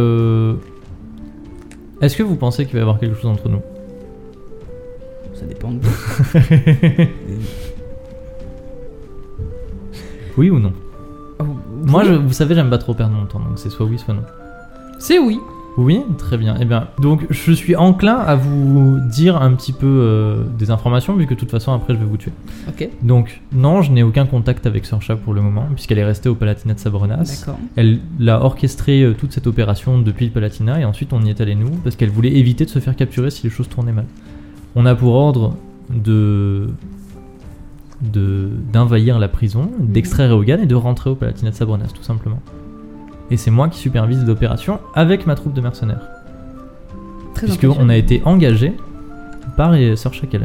est-ce que vous pensez qu'il va y avoir quelque chose entre nous? Ça dépend de vous. Oui ou non? Oh, Moi, oui. vous savez, j'aime pas trop perdre mon temps, donc c'est soit oui, soit non. C'est oui. Oui, très bien. Eh bien, donc je suis enclin à vous dire un petit peu des informations, vu que de toute façon après je vais vous tuer. Ok. Donc non, je n'ai aucun contact avec Sorcha pour le moment, puisqu'elle est restée au Palatinat de Sabronas. D'accord. Elle a orchestré toute cette opération depuis le Palatinat, et ensuite on y est allé nous, parce qu'elle voulait éviter de se faire capturer si les choses tournaient mal. On a pour ordre d'envahir la prison, d'extraire Eogan et de rentrer au Palatinat de Sabronas, tout simplement. Et c'est moi qui supervise l'opération avec ma troupe de mercenaires. Très Puisqu'on impressionnant. a été engagé par Sorcha Keller.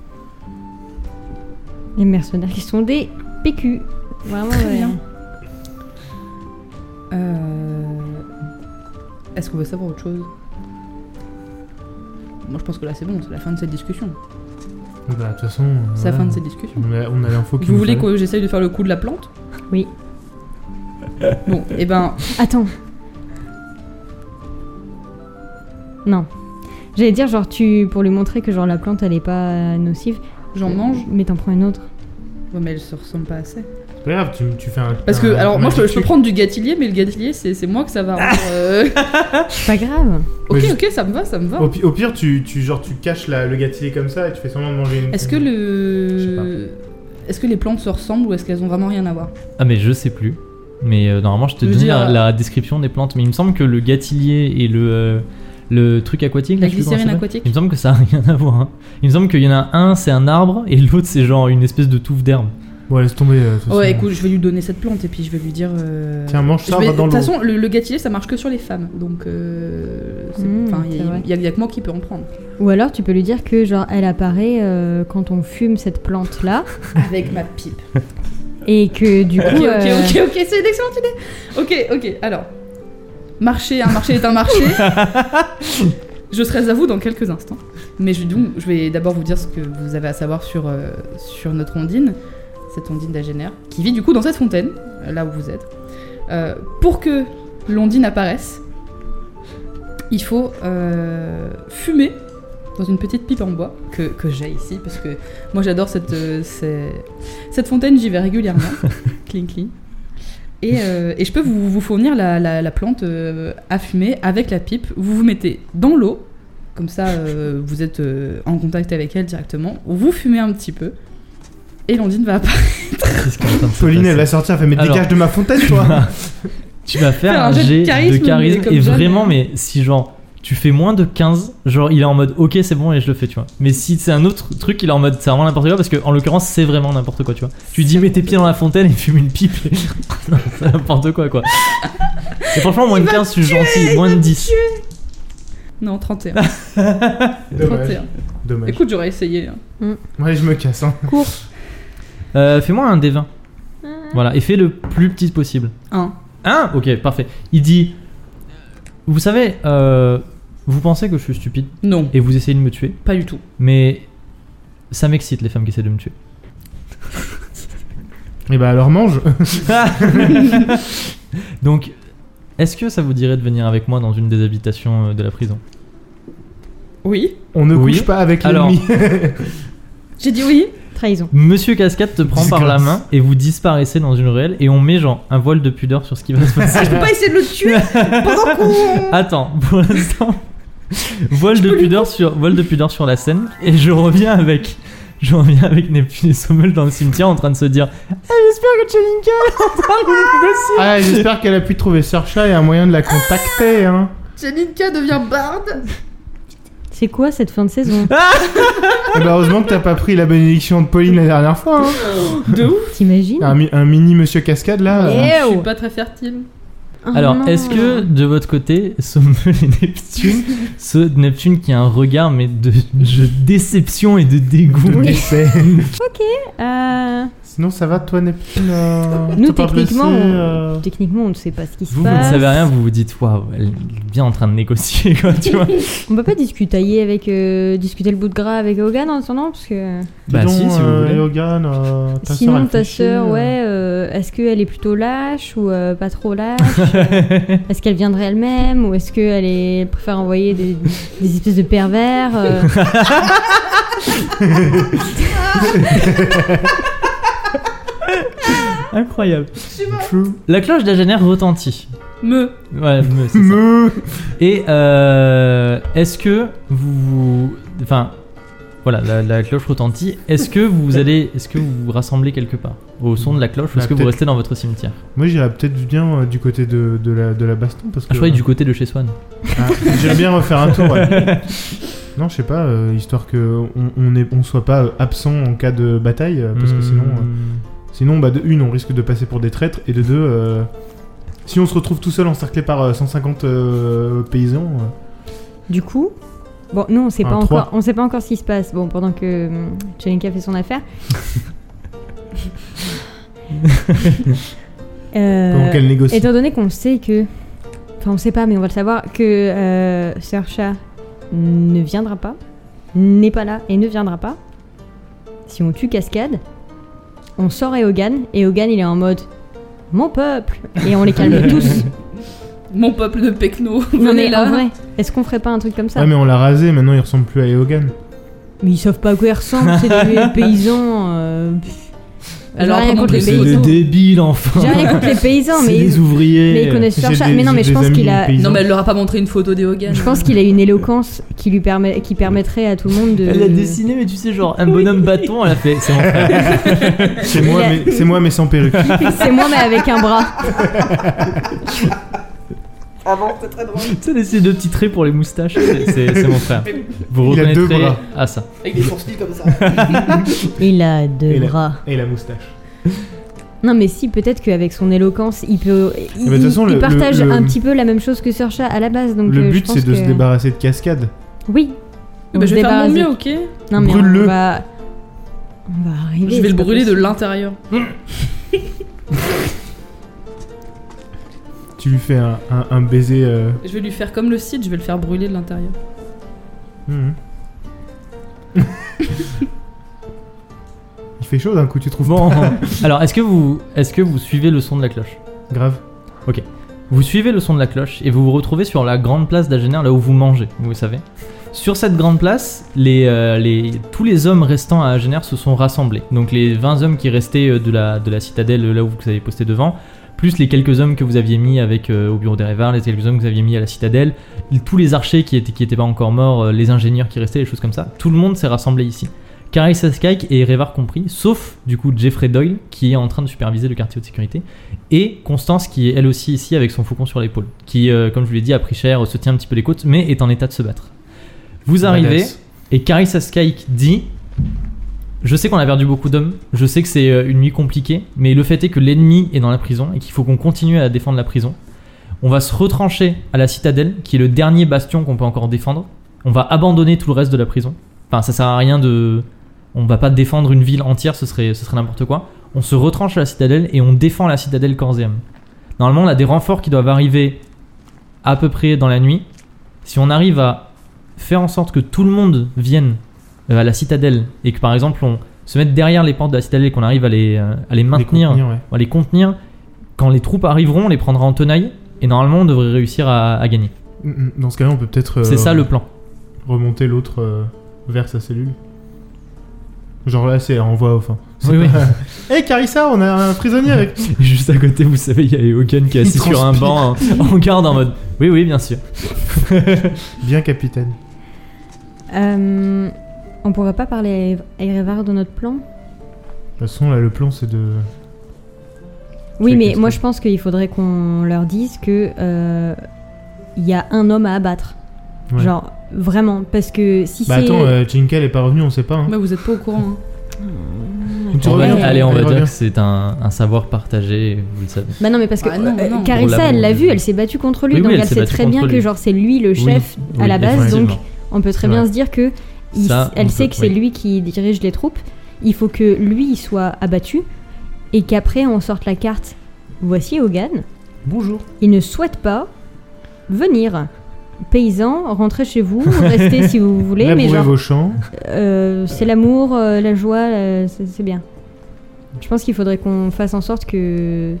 Les mercenaires qui sont des PQ. Vraiment, Très ouais. bien. Est-ce qu'on veut savoir autre chose? Moi, je pense que là, c'est bon. C'est la fin de cette discussion. Bah, de toute façon. C'est la voilà. fin de cette discussion. On a l'info qu'il Vous nous voulez fallait. que j'essaye de faire le coup de la plante? Oui. Bon, et ben, Attends. Non. J'allais dire, genre, pour lui montrer que genre la plante elle est pas nocive. j'en mange. Mais t'en prends une autre. Ouais, mais elle se ressemble pas assez. C'est pas grave, tu fais un. Parce que, alors, moi, je peux additif. prendre du gâtillier, mais le gâtillier, c'est moi que ça va rendre. C'est pas grave. Ok, Mais ok, ça me va, ça me va. Au pire, tu caches le gâtillier comme ça et tu fais semblant de manger une. Est-ce que Est-ce que les plantes se ressemblent ou est-ce qu'elles ont vraiment rien à voir? Ah mais je sais plus. Mais normalement je te Je veux donne dire, la description des plantes. Mais il me semble que le gâtillier et le truc aquatique... La là, je sais plus comment glycérine ça s'appelle. aquatique. Il me semble que ça a rien à voir. Hein. Il me semble qu'il y en a un c'est un arbre et l'autre c'est genre une espèce de touffe d'herbe. Bon, laisse tomber. de toute façon. Ouais, écoute, je vais lui donner cette plante et puis je vais lui dire. Tiens, mange ça, je vais- va dans De l'eau. toute façon, le gâtillier ça marche que sur les femmes. Donc, il c'est vrai. y a que moi qui peux en prendre. Ou alors tu peux lui dire que genre elle apparaît quand on fume cette plante là Avec ma pipe. et que du coup. Ok, c'est une excellente idée. Ok, alors. Un marché est un marché. Je serai à vous dans quelques instants. Mais je vais d'abord vous dire ce que vous avez à savoir sur notre ondine, cette ondine d'Agener, qui vit du coup dans cette fontaine, là où vous êtes. Pour que l'ondine apparaisse, il faut fumer dans une petite pipe en bois que j'ai ici, parce que moi j'adore cette fontaine, j'y vais régulièrement. Cling cling. Et je peux vous fournir la plante à fumer avec la pipe. Vous vous mettez dans l'eau, comme ça vous êtes en contact avec elle directement. Vous fumez un petit peu, et l'ondine va apparaître. Qu'est-ce qui est en train de se Pauline, passer elle va sortir, elle fait mais Alors- dégage de ma fontaine, toi. Tu vas faire Faire un jet de charisme comme et jamais. vraiment, mais si genre tu fais moins de 15, genre il est en mode ok c'est bon et je le fais, tu vois. Mais si c'est un autre truc, il est en mode c'est vraiment n'importe quoi parce que en l'occurrence c'est vraiment n'importe quoi, tu vois. Tu dis mets tes pieds dans la fontaine et fume une pipe. Non, c'est n'importe quoi quoi. Et franchement, moins de 15, je suis gentil, moins de 10. Non, 31. Dommage. 31. Écoute, j'aurais essayé. Hein. Ouais, je me casse. Hein. Fais-moi un D20. Voilà, et fais le plus petit possible. 1. 1 Ok, parfait. Il dit vous savez, vous pensez que je suis stupide Non, et vous essayez de me tuer, pas du tout. mais ça m'excite les femmes qui essaient de me tuer. Et bah alors mange. Donc, est-ce que ça vous dirait de venir avec moi dans une des habitations de la prison? Oui. On ne Oui. couche pas avec Alors- l'ennemi. J'ai dit oui. Trahison. Monsieur Cascade te prend par la Disgrâce. main et vous disparaissez dans une ruelle et on met genre un voile de pudeur sur ce qui va se passer. Je peux pas essayer de le tuer pendant qu'on... Attends, pour l'instant, voile de pudeur sur la scène et je reviens avec Je reviens avec Neptune et Sommel dans le cimetière en train de se dire j'espère que Chelinka est en train de négocier. Ah, j'espère qu'elle a pu trouver Saoirse et un moyen de la contacter, hein. Chelinka devient barde. C'est quoi cette fin de saison? Et bah heureusement que t'as pas pris la bénédiction de Pauline la dernière fois, hein. De ouf. T'imagines? Un mini Monsieur Cascade, là. Je suis pas très fertile. Oh Alors, non. est-ce que de votre côté, Sommel et Neptune, ce Neptune qui a un regard mais de déception et de dégoût. De décès. Sinon, ça va, toi, Neptune Nous, t'es pas techniquement, blessé, Techniquement, on ne sait pas ce qui se Vous ne passe. savez rien, vous vous dites waouh, elle est bien en train de négocier quoi, tu vois. On peut pas discuter le bout de gras avec Hogan en attendant parce que. Bah Dis si, donc, si vous voulez. Eogan, ta Sinon, sœur, elle ta fait chier, sœur, est-ce qu'elle est plutôt lâche ou pas trop lâche? Est-ce qu'elle viendrait elle-même ou est-ce qu'elle préfère envoyer des espèces de pervers Incroyable. True. La cloche d'Agener retentit. Me. Ouais, c'est ça. Me. Et est-ce que vous... Enfin, voilà, la cloche retentit. Est-ce que vous vous rassemblez quelque part au son de la cloche ou Bah, est-ce que vous peut-être. restez dans votre cimetière? Moi, j'irais peut-être bien du côté de la baston. Parce que, Je croyais du côté de chez Swan. J'irais bien refaire un tour, ouais. Non, je sais pas, histoire qu'on soit pas absent en cas de bataille, parce que sinon, bah, de une, on risque de passer pour des traîtres, et de deux, si on se retrouve tout seul encerclé par 150 paysans. Du coup, bon, nous on sait Un pas trois. encore, on sait pas encore ce qui se passe. Bon, pendant que Chelinka fait son affaire. Pendant qu'elle négocie. Étant donné qu'on sait que, enfin on sait pas, mais on va le savoir que Saoirse ne viendra pas, n'est pas là et ne viendra pas. Si on tue Cascade, on sort Eogan et Eogan il est en mode mon peuple et on les calme tous. Mon peuple de Pecno. Non mais Venez en là. vrai, est-ce qu'on ferait pas un truc comme ça? Ouais, mais on l'a rasé, maintenant il ressemble plus à Eogan. Mais ils savent pas à quoi ils ressemblent, c'est des paysans. Alors, j'ai rien comment contre les les C'est paysans. des débiles enfin. J'ai rien contre les paysans, C'est mais des ouvriers. mais ils connaissent J'ai Saoirse. des- Mais non, mais j'ai je pense des qu'il amis a. paysans. Non, mais elle leur a pas montré une photo d'Eogan. Je pense qu'il a une éloquence qui permettrait à tout le monde de. Elle a dessiné, mais tu sais, genre un bonhomme bâton, elle a fait. C'est mon frère. C'est moi, mais sans perruque. C'est moi, mais avec un bras. Ah bon, c'est très drôle. Tu sais, ces deux petits traits pour les moustaches, c'est mon frère. Vous Il a deux reconnaîtrez bras. à ça. Avec des sourcils comme ça. Il a deux bras. Et la moustache. Non, mais si, peut-être qu'avec son éloquence, il peut. Il, de toute façon, il le- partage le- un petit peu la même chose que Saoirse à la base. Donc, Le je but, pense c'est de que- se débarrasser de Cascade. Oui. Bah, On je se vais faire mon débarrasse mieux, de- ok. Non, mais Brûle-le. on va arriver. Je vais c'est le pas brûler de possible. l'intérieur. Tu lui fais un baiser. Je vais lui faire comme le Cid, je vais le faire brûler de l'intérieur. Mhm. Il fait chaud d'un coup, tu trouves Bon, pas alors est-ce que vous suivez le son de la cloche? Grave. Vous suivez le son de la cloche et vous vous retrouvez sur la grande place d'Agener, là où vous mangez, vous savez. Sur cette grande place, tous les hommes restants à Agener se sont rassemblés. Donc les 20 hommes qui restaient de la citadelle, là où vous avez posté devant, plus les quelques hommes que vous aviez mis au bureau des Rêvards, les quelques hommes que vous aviez mis à la citadelle, tous les archers qui étaient pas encore morts, les ingénieurs qui restaient, les choses comme ça. Tout le monde s'est rassemblé ici. Carissa Skyke et Rêvard compris, sauf du coup Jeffrey Doyle qui est en train de superviser le quartier de sécurité, et Constance qui est elle aussi ici avec son faucon sur l'épaule, qui comme je vous l'ai dit a pris cher, se tient un petit peu les côtes, mais est en état de se battre. Vous arrivez Badass. et Carissa Skyke dit: je sais qu'on a perdu beaucoup d'hommes, je sais que c'est une nuit compliquée, mais le fait est que l'ennemi est dans la prison et qu'il faut qu'on continue à défendre la prison. On va se retrancher à la citadelle, qui est le dernier bastion qu'on peut encore défendre. On va abandonner tout le reste de la prison. Enfin, ça sert à rien de... On va pas défendre une ville entière, ce serait n'importe quoi. On se retranche à la citadelle et on défend la citadelle corps et âme. Normalement, on a des renforts qui doivent arriver à peu près dans la nuit. Si on arrive à faire en sorte que tout le monde vienne à la citadelle et que par exemple on se mette derrière les portes de la citadelle et qu'on arrive à les maintenir, contenir, ouais. à les contenir, quand les troupes arriveront, on les prendra en tenaille et normalement on devrait réussir à gagner. Dans ce cas-là, on peut peut-être C'est ça le plan. remonter l'autre vers sa cellule. Genre là, c'est en voix off. Hein. Oui, oui. Hé Carissa, on a un prisonnier avec. Juste à côté, vous savez, il y a Eogan qui est assis Il sur un transpire. banc en garde en mode oui, oui, bien sûr. Bien, capitaine. On pourrait pas parler à Erevar de notre plan ? De toute façon, là, le plan, c'est de... Oui, C'est mais qu'est-ce moi que- je pense qu'il faudrait qu'on leur dise que il y a un homme à abattre. Ouais. Genre, vraiment. Parce que si Bah c'est... attends, Jinka, elle est pas revenue, on sait pas. Hein. Mais vous êtes pas au courant. Tu On va- reviens allez, on va Elle dire revient. que c'est un savoir partagé, vous le savez. Bah non, mais parce que Ah non, non. Carissa, Pour elle l'a l'amour vu, de- elle s'est battue contre lui, Oui, donc oui, elle elle s'est sait battue très bien contre que lui. genre c'est lui le Oui, chef à oui, la base, effectivement. donc on peut très C'est bien vrai. se dire que Ça, elle on sait peut- que c'est oui. lui qui dirige les troupes. Il faut que lui il soit abattu et qu'après on sorte la carte. Voici Hogan. Bonjour. Il ne souhaite pas venir. Paysans, rentrez chez vous, restez si vous voulez, mais Labourez genre vos champs. c'est l'amour, la joie, c'est bien. Je pense qu'il faudrait qu'on fasse en sorte que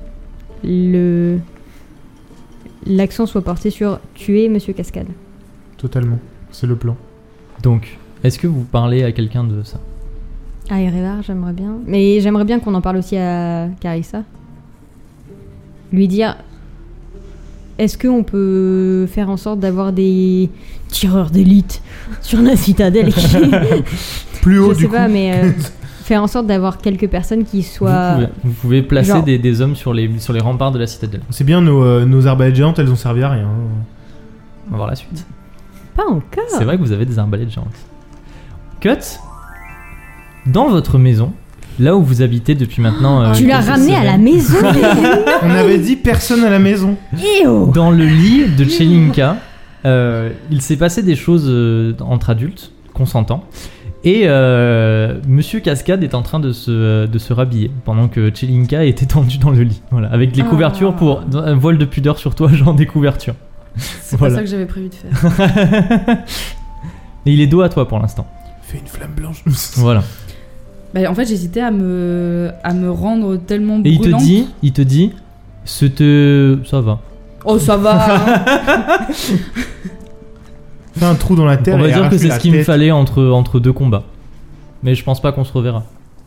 l'accent soit porté sur tuer Monsieur Cascade. Totalement. C'est le plan. Donc, est-ce que vous parlez à quelqu'un de ça? Ah, Erevar, j'aimerais bien. Mais j'aimerais bien qu'on en parle aussi à Carissa. Lui dire... Est-ce qu'on peut faire en sorte d'avoir des tireurs d'élite sur la citadelle qui... Plus haut Je du sais coup. pas, mais faire en sorte d'avoir quelques personnes qui soient... Vous pouvez placer genre- des hommes sur les remparts de la citadelle. C'est bien, nos arbalètes géantes, elles ont servi à rien. On va voir la suite. Pas encore. C'est vrai que vous avez des arbalètes géantes. Cut. Dans votre maison, là où vous habitez depuis maintenant... Tu l'as quelques ramené à la semaines, maison. On avait dit personne à la maison. Ew. Dans le lit de Chelinka, il s'est passé des choses entre adultes, consentants. Et Monsieur Cascade est en train de se rhabiller pendant que Chelinka est étendu dans le lit. Voilà, avec les Ah. couvertures pour un voile de pudeur sur toi, genre des couvertures. C'est Voilà. pas ça que j'avais prévu de faire. Et il est dos à toi pour l'instant. Fais une flamme blanche. Voilà. Bah, en fait, j'hésitais à me rendre tellement Et brûlante. il te dit, ça va. Oh, ça va. Hein. Fais un trou dans la terre. On va et dire que arrache-lui c'est la ce qu'il me tête. fallait entre deux combats. Mais je pense pas qu'on se reverra.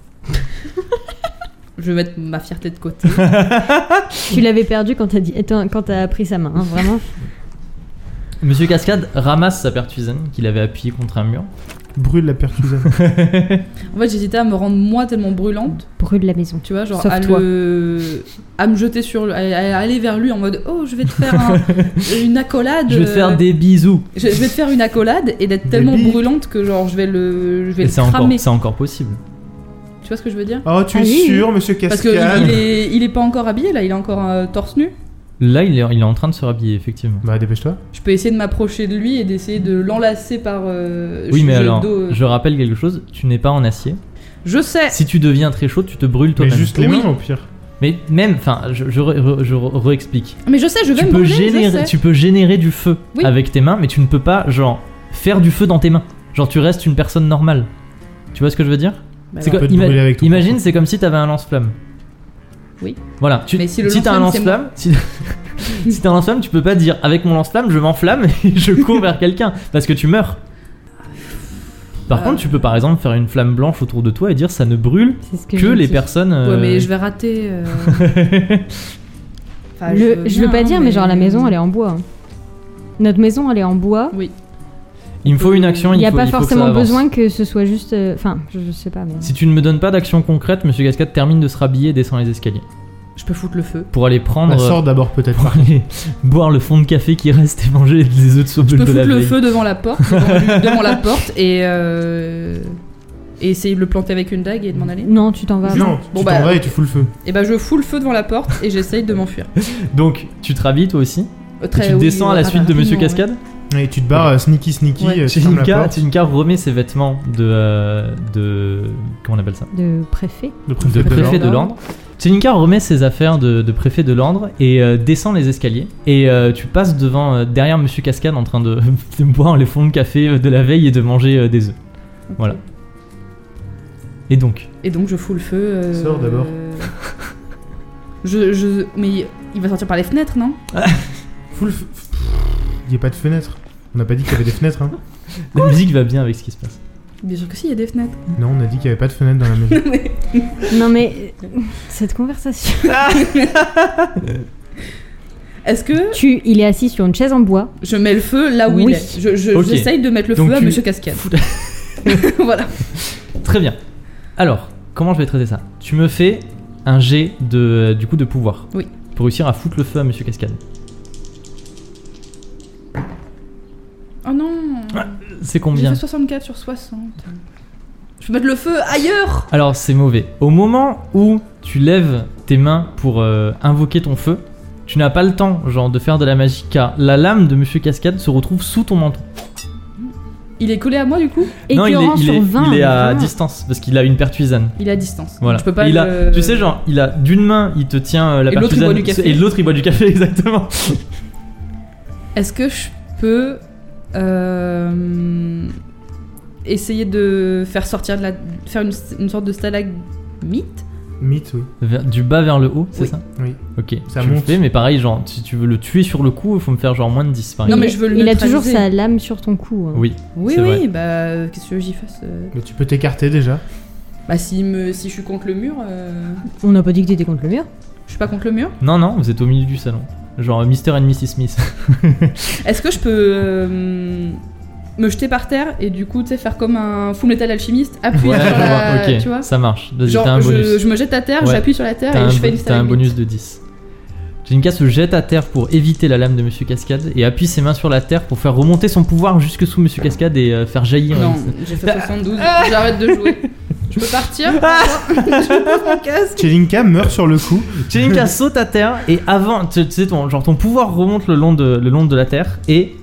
Je vais mettre ma fierté de côté. Tu l'avais perdu quand t'as pris sa main, hein, vraiment. Monsieur Cascade ramasse sa pertuisane qu'il avait appuyée contre un mur. Brûle la pertusane. En fait, j'hésitais à me rendre moi tellement brûlante, Brûle la maison. tu vois, genre Sauf à toi. me jeter sur à aller vers lui en mode oh, je vais te faire une accolade. Je vais te faire des bisous. Je vais te faire une accolade et d'être Des tellement billes. brûlante que genre je vais Et le c'est cramer. encore possible. Tu vois ce que je veux dire? Oh, tu Ah es oui, sûr, monsieur Parce que Cascade? il est pas encore habillé là, il est encore torse nu. Là, il est en train de se rhabiller, effectivement. Bah, dépêche-toi. Je peux essayer de m'approcher de lui et d'essayer de l'enlacer par. Oui, mais alors, dos, je rappelle quelque chose, tu n'es pas en acier. Je sais. Si tu deviens très chaud, tu te brûles Mais toi-même. juste les Oui. mains, au pire. Mais même, enfin, je réexplique. Mais je sais, je vais Tu me peux brûler. je générer, sais. tu peux générer du feu Oui. avec tes mains, mais tu ne peux pas, genre, faire du feu dans tes mains. Genre, tu restes une personne normale. Tu vois ce que je veux dire? Bah, C'est alors. quoi- peut te brûler avec ton Imagine, porte. c'est comme si t'avais un lance-flamme. Oui. Voilà. Mais si le t'as un lance-flamme, lance-flamme, si t'as un lance-flamme, tu peux pas dire avec mon lance-flamme, je m'enflamme et je cours vers quelqu'un parce que tu meurs. Par contre, tu peux par exemple faire une flamme blanche autour de toi et dire ça ne brûle C'est ce que, que je les dis. personnes. Ouais, mais je vais rater. Enfin, Je veux bien, pas dire, mais genre la mais- maison elle est en bois. Hein. Notre maison elle est en bois. Oui. Il me faut une action. Il n'y a faut- pas il faut que ça forcément avance. besoin que ce soit juste. Enfin, je sais pas, mais. Si tu ne me donnes pas d'action concrète, Monsieur Cascade termine de se rhabiller et descend les escaliers Je peux foutre le feu. pour aller prendre. Bah, sors d'abord, peut-être. pour aller boire le fond de café qui reste et manger les œufs de sauve Je peux de la foutre le veille. feu devant la porte, devant la porte et essayer de le planter avec une dague et de m'en aller. Non, tu t'en vas. Non, Bon, tu bah, t'en vas et tu fous le feu. Et bah je fous le feu devant la porte et j'essaye de m'enfuir. Donc, tu te rhabilles toi aussi. Très- Tu oui, descends à la suite de Monsieur rapidement, Cascade. Et tu te barres sneaky, Ouais. tu fermes la Chelinka porte. remet ses vêtements de comment on appelle ça, De préfet. Le de préfet de préfet l'ordre. de l'ordre. Chelinka remet ses affaires de préfet de l'ordre et descend les escaliers. Et tu passes devant derrière Monsieur Cascade en train de boire les fonds de café de la veille et de manger des œufs. Ok. Voilà. Et donc, Et donc je fous le feu. Sors d'abord. Mais il va sortir par les fenêtres, non? Fous le feu. Il y a pas de fenêtre. On n'a pas dit qu'il y avait des fenêtres, hein. la musique va bien avec ce qui se passe. Bien sûr que si, il y a des fenêtres. Non, on a dit qu'il y avait pas de fenêtre dans la maison. Non, mais. Cette conversation. Est-ce que Il est assis sur une chaise en bois. je mets le feu là où Oui. il est? Ok. J'essaye de mettre le Donc feu à tu- Monsieur Cascade. Voilà. Très bien. Alors, comment je vais traiter ça? Tu me fais un jet de pouvoir. Oui. Pour réussir à foutre le feu à Monsieur Cascade. Oh non. C'est J'ai combien? fait 64 sur 60. Je peux mettre le feu ailleurs. Alors, c'est mauvais. Au moment où tu lèves tes mains pour invoquer ton feu, tu n'as pas le temps, genre, de faire de la magie, car la lame de Monsieur Cascade se retrouve sous ton menton. Il est collé à moi du coup. Non, Écœurant sur 20. il est à vraiment. distance, parce qu'il a une pertuisane. Il est à distance. Voilà. Je peux pas Et le... tu sais, genre, il a d'une main, il te tient la Et l'autre, il pertusane, boit du café. et l'autre, il boit du café, exactement. Est-ce que je peux essayer de faire sortir de la... faire une sorte de stalagmite? Mythe, oui. Du bas vers le haut, c'est Oui. ça? Oui. Ok, Ça tu le monte. fais, mais pareil, genre, si tu veux le tuer sur le coup, il faut me faire genre moins de 10, par Non, exemple. mais je veux le Il a toujours neutraliser. sa lame sur ton cou. hein. Oui, Oui, C'est oui, vrai. bah qu'est-ce que tu veux que j'y fasse Mais tu peux t'écarter déjà. Bah si je suis contre le mur, On n'a pas dit que t'étais contre le mur. je suis pas contre le mur. non, vous êtes au milieu du salon. Genre Mr. and Mrs. Smith. Est-ce que je peux me jeter par terre et du coup tu sais faire comme un Full Metal Alchimiste, appuyer Ouais, sur la... ok, tu vois ça marche. Vas-y, Genre t'as un bonus. je me jette à terre, Ouais. j'appuie sur la terre T'as et je fais une t'as un stalagmite. bonus de 10. Jenica se jette à terre pour éviter la lame de Monsieur Cascade et appuie ses mains sur la terre pour faire remonter son pouvoir jusque sous Monsieur Cascade et faire jaillir. Non, j'ai fait 72, j'arrête de jouer. Je peux partir. Je pose mon casque. Chelinka meurt sur le coup. Jenica saute à terre et avant, tu sais, ton pouvoir remonte le long de la terre et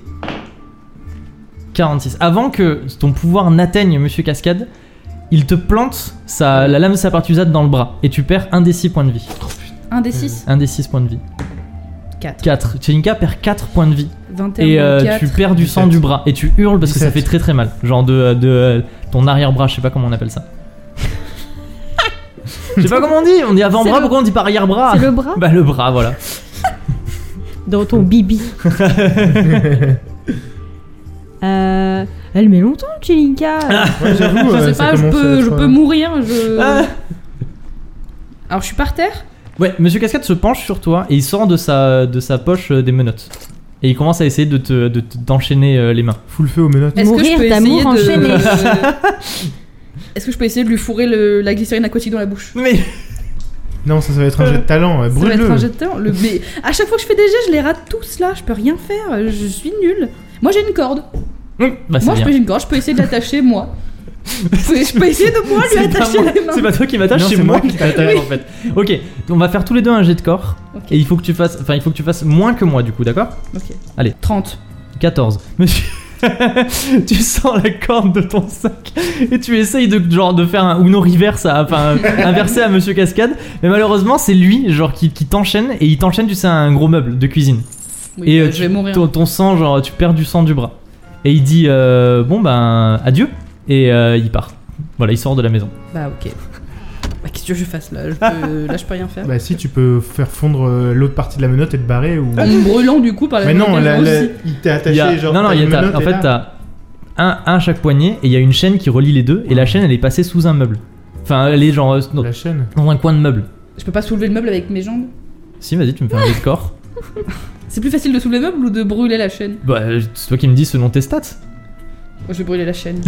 46. Avant que ton pouvoir n'atteigne Monsieur Cascade, il te plante la lame de sa partusade dans le bras et tu perds un des 6 points de vie. Un des 6. Un des 6 points de vie. 4. 4. Chelinka perd 4 points de vie. 21 Et moins 4. tu perds du sang 17. du bras et tu hurles parce que ça 17. fait très très mal. Genre de ton arrière-bras, je sais pas comment on appelle ça. Je sais pas comment on dit, on dit avant-bras, C'est le- pourquoi on dit par arrière-bras? C'est le bras Bah le bras, voilà. dans ton bibi. Elle met longtemps, Chelinka. Ouais, j'avoue. Je sais ça pas, je commence à peux, être, je peux mourir. Ah. Alors je suis par terre. Ouais, Monsieur Cascade se penche sur toi et il sort de sa poche des menottes. Et il commence à essayer de t'enchaîner les mains. Full feu aux menottes. Est-ce que je Mourir peux d'amour essayer de... enchaîné. Est-ce que je peux essayer de lui fourrer la glycérine aquatique dans la bouche? Mais Non, ça va être un jet de talent. Ça va être Brûle-le. un jet de temps. Mais à chaque fois que je fais des jets, je les rate tous là. Je peux rien faire. Je suis nulle. Moi j'ai une corde. bah c'est Moi bien. j'ai une corde. Je peux essayer de l'attacher moi. Je peux essayer de moi lui C'est pas attacher moi- les mains. C'est pas toi qui m'attache, Non, c'est c'est moi moi qui t'attache en fait. Ok, on va faire tous les deux un jet de corps. Ok. Et il faut que tu fasses moins que moi du coup, d'accord? Ok. Allez. 30. 14. Monsieur, tu sors la corde de ton sac et tu essayes de faire un Uno reverse, inversé à Monsieur Cascade. Mais malheureusement, c'est lui genre qui t'enchaîne et il t'enchaîne, tu sais, à un gros meuble de cuisine. Oui, Et bah, je vais mourir. ton sang, genre, tu perds du sang du bras. Et il dit bon ben adieu et il part. Voilà, il sort de la maison. Bah ok. Bah qu'est-ce que je fasse là? Là je peux rien faire. Bah si, tu peux faire fondre l'autre partie de la menotte et te barrer ou... En me brûlant du coup par la Mais non, occasion aussi. il t'est attaché Il y a- genre... non, t'as il y une a menotte en et fait là- t'as un à chaque poignet et il y a une chaîne qui relie les deux et la chaîne elle est passée sous un meuble. Enfin, elle est genre La chaîne. dans un coin de meuble. Je peux pas soulever le meuble avec mes jambes? Si, vas-y, tu me fais un jet de corps. C'est plus facile de soulever le meuble ou de brûler la chaîne? Bah, c'est toi qui me dis selon tes stats. Je vais brûler la chaîne.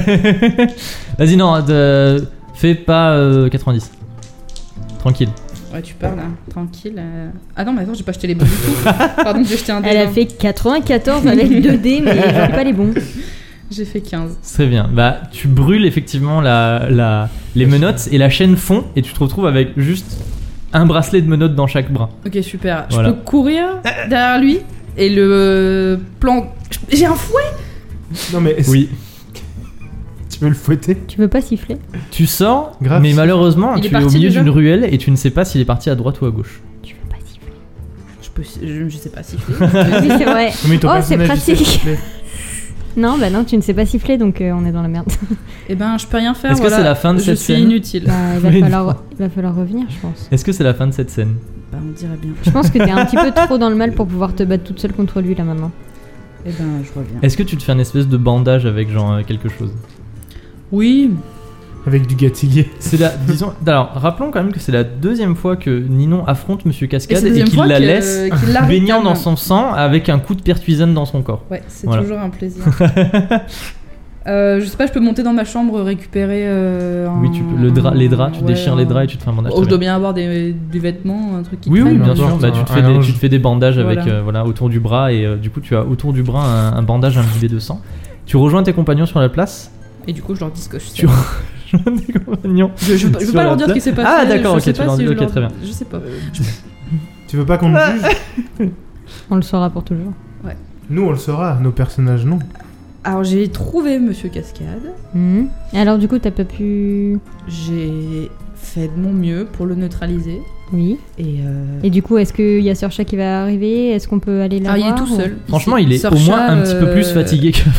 Vas-y, non, fais pas 90. Tranquille. Ouais, tu parles là, tranquille. Ah non, mais attends, j'ai pas acheté les bons du tout. Pardon, j'ai jeté un dé. Elle a vingt. fait 94 avec 2 dés, mais genre pas les bons. J'ai fait 15. Très bien. Bah, tu brûles effectivement les menottes et la chaîne fond et tu te retrouves avec juste un bracelet de menottes dans chaque bras. Ok, super. Voilà. Je peux courir derrière lui et le plan. J'ai un fouet. Non mais... Oui. Tu veux le fouetter? Tu veux pas siffler? Tu sors, Grave. mais malheureusement, Il est tu es au parti milieu déjà d'une ruelle et tu ne sais pas s'il est parti à droite ou à gauche. Tu veux pas siffler? Je sais pas siffler. Oui, c'est vrai. Mais ton Oh, c'est personnage, il sait pratique. siffler. Non, bah non, tu ne sais pas siffler, donc on est dans la merde. Eh ben, je peux rien faire. Est-ce que voilà. c'est la fin de Je cette suis scène inutile. Bah, Mais il va falloir revenir, je pense. Est-ce que c'est la fin de cette scène? Bah, on dirait bien. Je pense que t'es un petit peu trop dans le mal pour pouvoir te battre toute seule contre lui là maintenant. Eh ben, je reviens. Est-ce que tu te fais un espèce de bandage avec genre quelque chose? Oui. Avec du gatigué. C'est la, disons, alors rappelons quand même que c'est la deuxième fois que Ninon affronte Monsieur Et Cascade c'est la et, deuxième qu'il fois la que- laisse qu'il l'arrête baignant dans calme. son sang avec un coup de pertuisane dans son corps. Ouais, c'est Voilà. toujours un plaisir. Je sais pas, je peux monter dans ma chambre, récupérer. Oui, tu peux. Les draps, tu déchires les draps et tu te fais un bandage. Oh, je dois bien avoir des vêtements, un truc qui Oui, traîne. bien sûr. n'importe, Tu te fais des bandages avec autour du bras et du coup tu as autour du bras un bandage imbibé de sang. Tu rejoins tes compagnons sur la place. Et du coup, je leur dis ce que je sais. Tu rejoins tes compagnons. Je veux pas leur dire ce qui s'est passé. Ah d'accord, ok, je sais tu pas leur si dis. je Ok, leur- très bien. Je sais pas. Tu veux pas qu'on le juge? On le saura pour toujours. Nous, on le saura, nos personnages, non. Alors, j'ai trouvé Monsieur Cascade. Et alors, du coup, t'as pas pu. J'ai fait de mon mieux pour le neutraliser. Oui. Et du coup, est-ce qu'il y a Sir Chat qui va arriver? Est-ce qu'on peut aller là Ah, il est tout seul. Franchement, il est Sir au moins Chat, un petit peu plus fatigué que.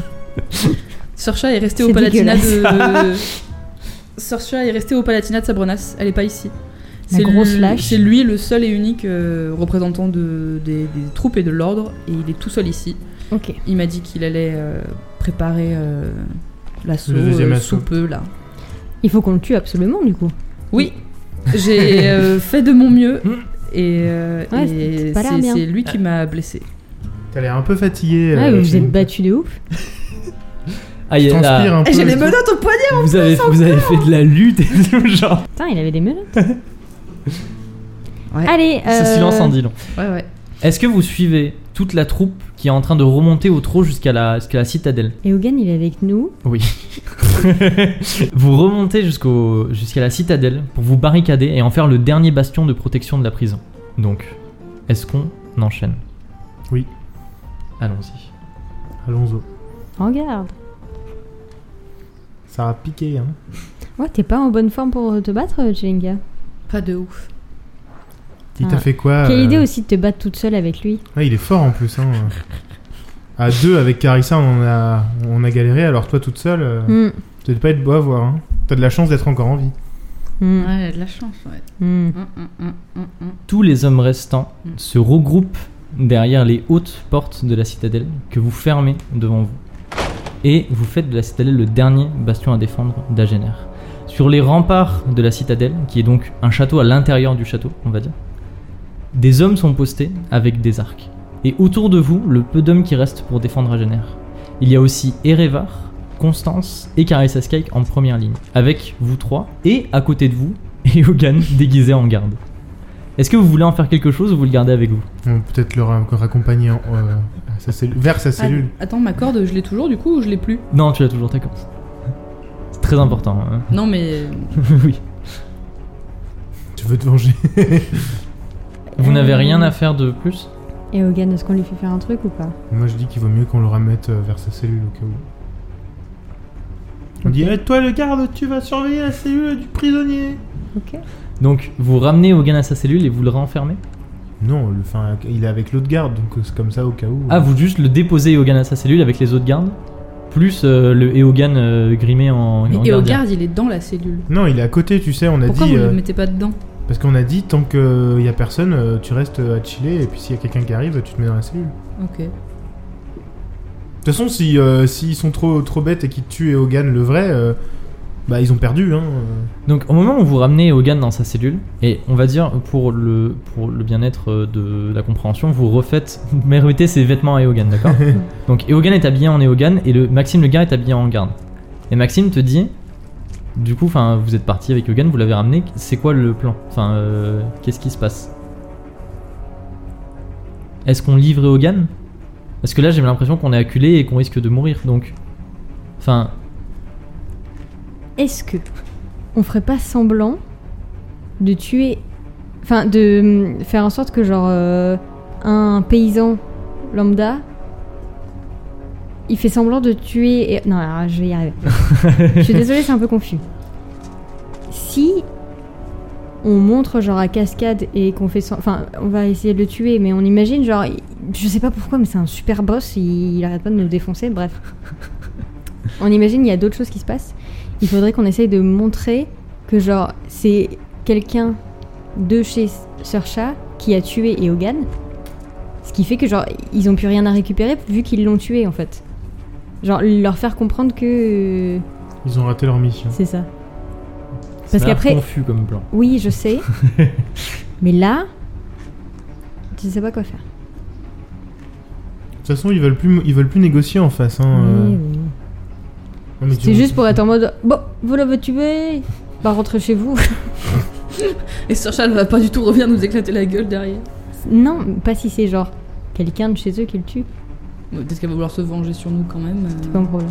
Sir Chat est resté C'est au Palatinat dégueulasse. de. Sir Chat est resté au Palatinat de Sabronas. Elle est pas ici. La grosse lâche. C'est lui le seul et unique représentant des troupes et de l'ordre, et il est tout seul ici. Ok. Il m'a dit qu'il allait préparer l'assaut Le deuxième sous assaut. peu là. Il faut qu'on le tue absolument, du coup. Oui, j'ai fait de mon mieux et, Ouais, et c'est pas l'air bien. c'est lui qui m'a blessé. T'as l'air un peu fatigué. Ouais, vous vous Chéline. êtes battu de ouf. Ah, il y a Transpire un peu. Et j'ai et les tout. menottes au poignet. vous avez fait de la lutte et tout genre. Putain, il avait des menottes. Ouais. Allez, Ce silence en dit long. Ouais. Est-ce que vous suivez toute la troupe qui est en train de remonter au trot jusqu'à la citadelle? Et Hogan, il est avec nous. Oui. Vous remontez jusqu'à la citadelle pour vous barricader et en faire le dernier bastion de protection de la prison. Donc, est-ce qu'on enchaîne? Oui. Allons-y. Allons-y. Regarde. Ça a piqué, hein. Ouais, t'es pas en bonne forme pour te battre, Jenga. Pas de ouf. Il t'a Ah. fait quoi Quelle idée aussi de te battre toute seule avec lui. Ouais, il est fort en plus, hein. À deux, avec Carissa, on a galéré, alors toi toute seule, ça doit pas être beau à voir, hein. T'as de la chance d'être encore en vie. Ouais, de la chance, ouais. Tous les hommes restants se regroupent derrière les hautes portes de la citadelle que vous fermez devant vous. Et vous faites de la citadelle le dernier bastion à défendre d'Agener. Sur les remparts de la citadelle, qui est donc un château à l'intérieur du château, on va dire, des hommes sont postés avec des arcs. Et autour de vous, le peu d'hommes qui restent pour défendre Agener. Il y a aussi Erevar, Constance et Carissa Skyke en première ligne, avec vous trois, et à côté de vous, Eogan déguisé en garde. Est-ce que vous voulez en faire quelque chose ou vous le gardez avec vous? On peut peut-être le raccompagner vers sa cellule. Attends, ma corde, je l'ai toujours du coup ou je l'ai plus? Non, tu as toujours ta corde. C'est très important. Hein. Non, mais. Oui. Tu veux te venger. Vous n'avez rien à faire de plus? Et Hogan, est-ce qu'on lui fait faire un truc ou pas? Moi je dis qu'il vaut mieux qu'on le ramette vers sa cellule au cas où. On dit toi le garde, tu vas surveiller la cellule du prisonnier. Ok. Donc vous ramenez Hogan à sa cellule et vous le renfermez? Non, il est avec l'autre garde, donc c'est comme ça au cas où. Ah, vous juste le déposez Eogan à sa cellule avec les autres gardes, plus le Eogan grimé en Mais gardien. Eogarde, il est dans la cellule. Non, il est à côté, tu sais, on a Pourquoi dit. vous le mettez pas dedans? Parce qu'on a dit, tant qu'il y a personne, tu restes à chiller, et puis s'il y a quelqu'un qui arrive, tu te mets dans la cellule. Ok. De toute façon, s'ils sont trop bêtes et qu'ils tuent Eogan le vrai, bah ils ont perdu, hein. Donc au moment où vous ramenez Eogan dans sa cellule, et on va dire pour le bien-être de la compréhension, vous remettez ses vêtements à Eogan, d'accord? Donc Eogan est habillé en Eogan et Maxime le gars est habillé en garde. Et Maxime te dit, du coup, vous êtes parti avec Eogan, vous l'avez ramené, c'est quoi le plan? Qu'est-ce qui se passe? Est-ce qu'on livre Eogan? Parce que là j'ai l'impression qu'on est acculé et qu'on risque de mourir, donc... Est-ce que on ferait pas semblant de tuer... Enfin, de faire en sorte que genre un paysan lambda, il fait semblant de tuer... Non, alors, je vais y arriver. Je suis désolée, c'est un peu confus. Si on montre genre à Cascade et qu'on fait... Enfin, on va essayer de le tuer, mais on imagine genre... Je sais pas pourquoi, mais c'est un super boss, il arrête pas de nous défoncer, bref. On imagine il y a d'autres choses qui se passent. Il faudrait qu'on essaye de montrer que genre c'est quelqu'un de chez Sir Chat qui a tué Eogan. Ce qui fait que genre ils ont plus rien à récupérer vu qu'ils l'ont tué en fait. Genre leur faire comprendre que Ils ont raté leur mission. c'est ça. C'est Parce qu'après confus comme plan. oui, je sais. Mais là je sais pas quoi faire. De toute façon, ils veulent plus négocier en face, hein. Oui, oui. Non, mais C'est juste pour être en mode bon, vous l'avez tué, bah rentrez chez vous. Et Saoirse ne va pas du tout revenir nous éclater la gueule derrière. Non, pas si c'est genre quelqu'un de chez eux qui le tue. Peut-être qu'elle va vouloir se venger sur nous quand même. C'est pas un problème.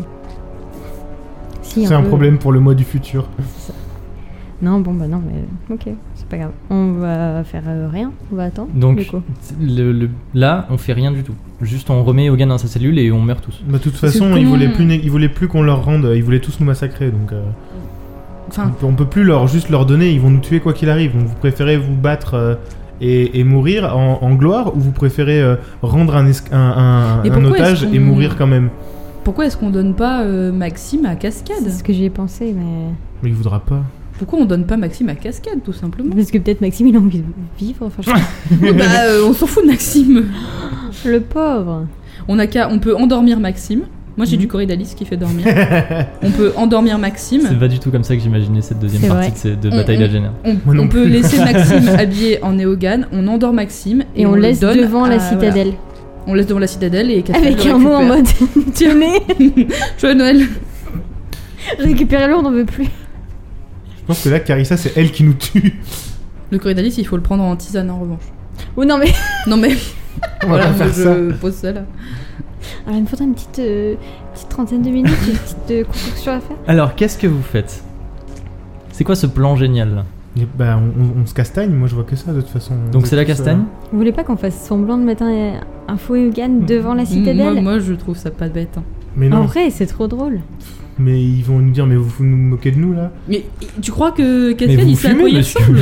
Si, C'est un peu. problème pour le mois du futur. Non, bon, bah non, mais ok, c'est pas grave. On va faire rien, on va attendre. Donc, du coup. là, on fait rien du tout. Juste, on remet Hogan dans sa cellule et on meurt tous. Bah, de toute Parce que façon, comment- ils voulaient plus qu'on leur rende, ils voulaient tous nous massacrer, donc Enfin, on peut plus juste leur donner, ils vont nous tuer quoi qu'il arrive. Donc vous préférez vous battre et mourir en gloire, ou vous préférez rendre un Et pourquoi otage est-ce et qu'on- mourir quand même? pourquoi est-ce qu'on donne pas Maxime à Cascade? C'est ce que j'y ai pensé, mais. Mais il voudra pas. Pourquoi on donne pas Maxime à Cascade, tout simplement? Parce que peut-être Maxime il a envie de vivre, enfin je... Bah, on s'en fout de Maxime. Le pauvre. On peut endormir Maxime. Moi j'ai du Coriolis qui fait dormir. On peut endormir Maxime. C'est pas du tout comme ça que j'imaginais cette deuxième C'est partie vrai. de Bataille d'Agener. Moi non On peut plus. laisser Maxime habillé en Néogan, on endort Maxime Et on le laisse donne devant à- la citadelle. voilà. On laisse devant la citadelle et Cascade Avec le un mot en récupère. mode tenez, Joyeux Noël. récupérez-le, on n'en veut plus. Je pense que là, Carissa, c'est elle qui nous tue. Le Coriolis, il faut le prendre en tisane en revanche. Oh non, mais. Non mais On va voilà, pas faire ça. je pose ça là. Alors, il me faudrait une petite trentaine de minutes, une petite construction à faire. Alors, qu'est-ce que vous faites? C'est quoi ce plan génial là? Et bah, on se castagne, moi je vois que ça de toute façon. Donc, c'est la castagne? Vous voulez pas qu'on fasse semblant de mettre un faux Hogan devant la citadelle? Moi je trouve ça pas bête. Hein. Mais En non, vrai, c'est trop drôle. mais ils vont nous dire, mais vous nous moquez de nous là? Mais tu crois que Mais Cascade vous il sait à fumez, quoi il monsieur. ressemble?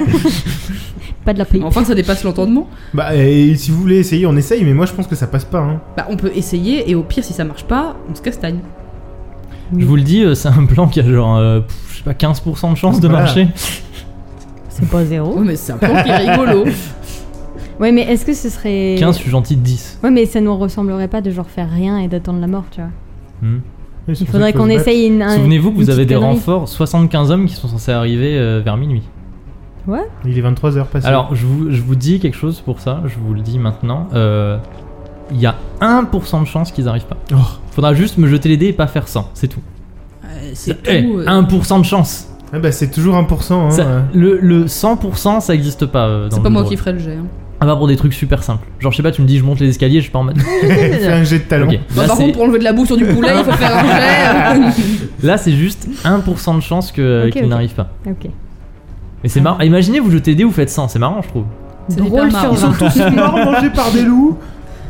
Pas de la plaie. Enfin ça dépasse l'entendement. Bah, et si vous voulez essayer, on essaye, mais moi je pense que ça passe pas. Hein. Bah on peut essayer et au pire si ça marche pas, on se castagne. Je vous le dis, c'est un plan qui a genre, je sais pas, 15% de chance de Voilà. marcher. C'est pas zéro. Oui mais c'est un plan qui est rigolo. Ouais, mais est-ce que ce serait. 15, je suis gentil, 10. Ouais, mais ça nous ressemblerait pas de genre faire rien et d'attendre la mort, tu vois. Hmm. Oui, c'est Il pour faudrait ça qu'il faut qu'on se battre. essaye une. Souvenez-vous que une vous avez petite des connerie. renforts, 75 hommes qui sont censés arriver vers minuit. Il est 23h passé. Alors, je vous dis quelque chose pour ça, je vous le dis maintenant. Il y a 1% de chance qu'ils arrivent pas. Oh. Faudra juste me jeter les dés et pas faire 100, c'est tout. C'est Eh, tout. 1% de chance. Ah bah, c'est toujours 1%. Hein, Ça- le 100%, ça existe pas. Dans C'est le pas jeu moi de qui rôle. ferai le jet. Hein. Ah bah pour des trucs super simples. Genre, je sais pas, tu me dis, je monte les escaliers, je suis pas en mode. Fais un jet de talent. Ok. Bah, Là, par c'est- contre pour enlever de la boue sur du poulet il faut faire un jet. Là, c'est juste 1% de chance que, Ok, qu'il ok. n'arrive pas. Ok. Mais c'est marrant. Imaginez, vous jetez des dés, vous faites 100, c'est marrant, je trouve. C'est Drôle hyper sur marrant. 20. Tous morts mangés par des loups.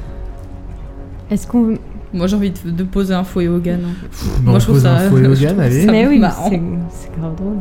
Est-ce qu'on. Moi j'ai envie de poser un fouet Hogan. Hein. Bon, Moi, je trouve pose ça- un fouet je Hogan, trouve allez. ça- Mais oui, marrant. c'est grave drôle.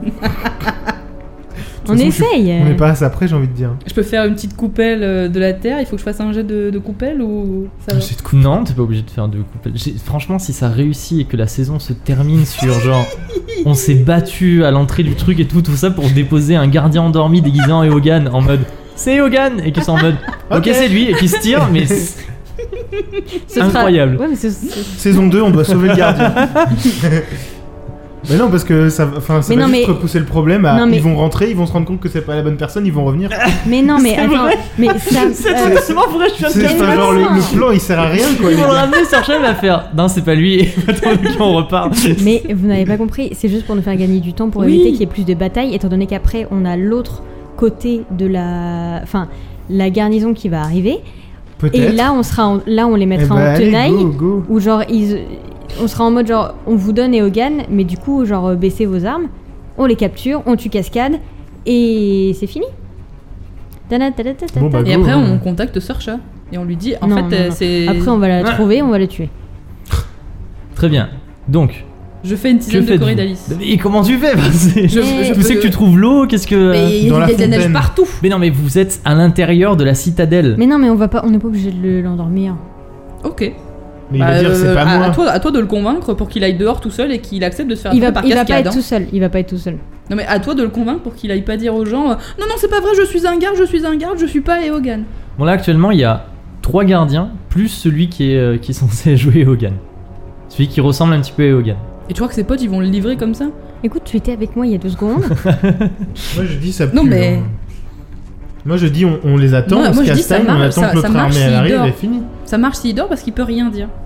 De On toute façon, essaye. On n'est pas à ça après, j'ai envie de dire. Je peux faire une petite coupelle de la terre, il faut que je fasse un jet de coupelle ou ça va? C'est de coup. Non, t'es pas obligé de faire de coupelle. Franchement, si ça réussit et que la saison se termine sur genre. On s'est battu à l'entrée du truc et tout ça pour déposer un gardien endormi déguisé en Eogan en mode. C'est Eogan! Et qui sont en mode. Ok, Ok. c'est lui, et qui se tire, mais. Ce sera- Incroyable. Ouais, mais Saison 2, on doit sauver le gardien. Mais non, parce que ça va Mais va non, juste mais- repousser le problème à. Non, mais- Ils vont rentrer, ils vont se rendre compte que c'est pas la bonne personne, ils vont revenir. Mais non, mais C'est attends. vrai. Mais ça. totalement vrai, je viens C'est quel enfin, genre vaccin le plan il sert à rien quoi. Ils les vont le gars. ramener sur chaîne, va faire. Non, c'est pas lui, et attends qu'on repart. Mais vous n'avez pas compris, c'est juste pour nous faire gagner du temps pour Oui. éviter qu'il y ait plus de batailles, étant donné qu'après on a l'autre côté de la. Enfin, la garnison qui va arriver. Peut-être. Et là, là, on les Eh mettra bah, en allez, tenaille. go, go. Ou genre, on sera en mode genre, on vous donne Eogan, mais du coup, genre, baissez vos armes, on les capture, on tue Cascade, et c'est fini. Ta-da-ta-da-ta-ta-ta. Bon, bah, Et go, après hein. on contacte Saoirse et on lui dit en Non, fait non, non. c'est. Après, on va la Ouais. trouver, on va la tuer. Très bien. Donc, Je fais une que tisane de faites-vous? Coriolis. Et comment tu fais? Bah, c'est- Je- Mais- je Tu sais peux- que tu trouves l'eau, qu'est-ce que. Mais il y Dans a la de la neige fontaine. partout. Mais non, mais vous êtes à l'intérieur de la citadelle. Mais non, mais on n'est pas obligé de l'endormir. Ok. Mais il va dire c'est pas moi. à toi de le convaincre pour qu'il aille dehors tout seul et qu'il accepte de se faire Il va, attraper il par va pas Cascade. être tout seul. Il va pas être tout seul. Hein. Non mais à toi de le convaincre pour qu'il aille pas dire aux gens non c'est pas vrai, je suis un garde, je suis pas Eogan. Bon, là, actuellement, il y a 3 gardiens, plus celui qui est censé jouer Eogan. Celui qui ressemble un petit peu à Eogan. Et tu crois que ses potes ils vont le livrer comme ça? Écoute, tu étais avec moi il y a 2 secondes. Moi je dis ça pue. Non, mais- hein. Moi je dis on les attend, Moi, on se je dis, ça castagne, on marche, attend que ça l'autre marche armée elle s'il arrive dort. et fini. Ça marche s'il dort parce qu'il peut rien dire.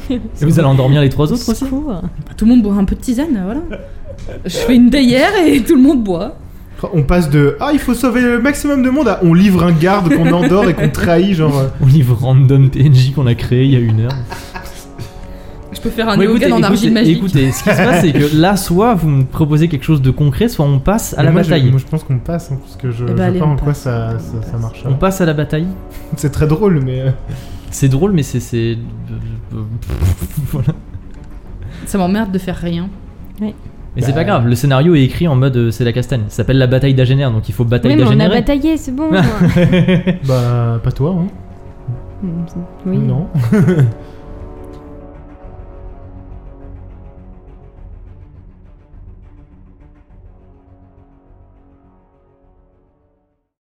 Et vous allez endormir les 3 autres aussi? Secours. Tout le monde boit un peu de tisane, voilà. Je fais une théière et tout le monde boit. On passe de il faut sauver le maximum de monde à on livre un garde qu'on endort et qu'on trahit, genre. On livre random PNJ qu'on a créé il y a 1 heure. Je peux faire un Bon, néogan en argile magique. Écoutez, ce qui se passe, c'est que là, soit vous me proposez quelque chose de concret, soit on passe à la bataille. Moi, je pense qu'on passe, hein, parce que je Eh ben, sais allez, pas on en quoi passe. ça marche. On passe à la bataille. C'est très drôle, mais. C'est drôle, mais c'est. Voilà. Ça m'emmerde de faire rien. Mais c'est pas grave, le scénario est écrit en mode c'est la castagne. Ça s'appelle la bataille d'Agener, donc il faut bataille Oui, mais on a d'Agener. bataillé, c'est bon. Bah, pas toi, hein. Oui. Non.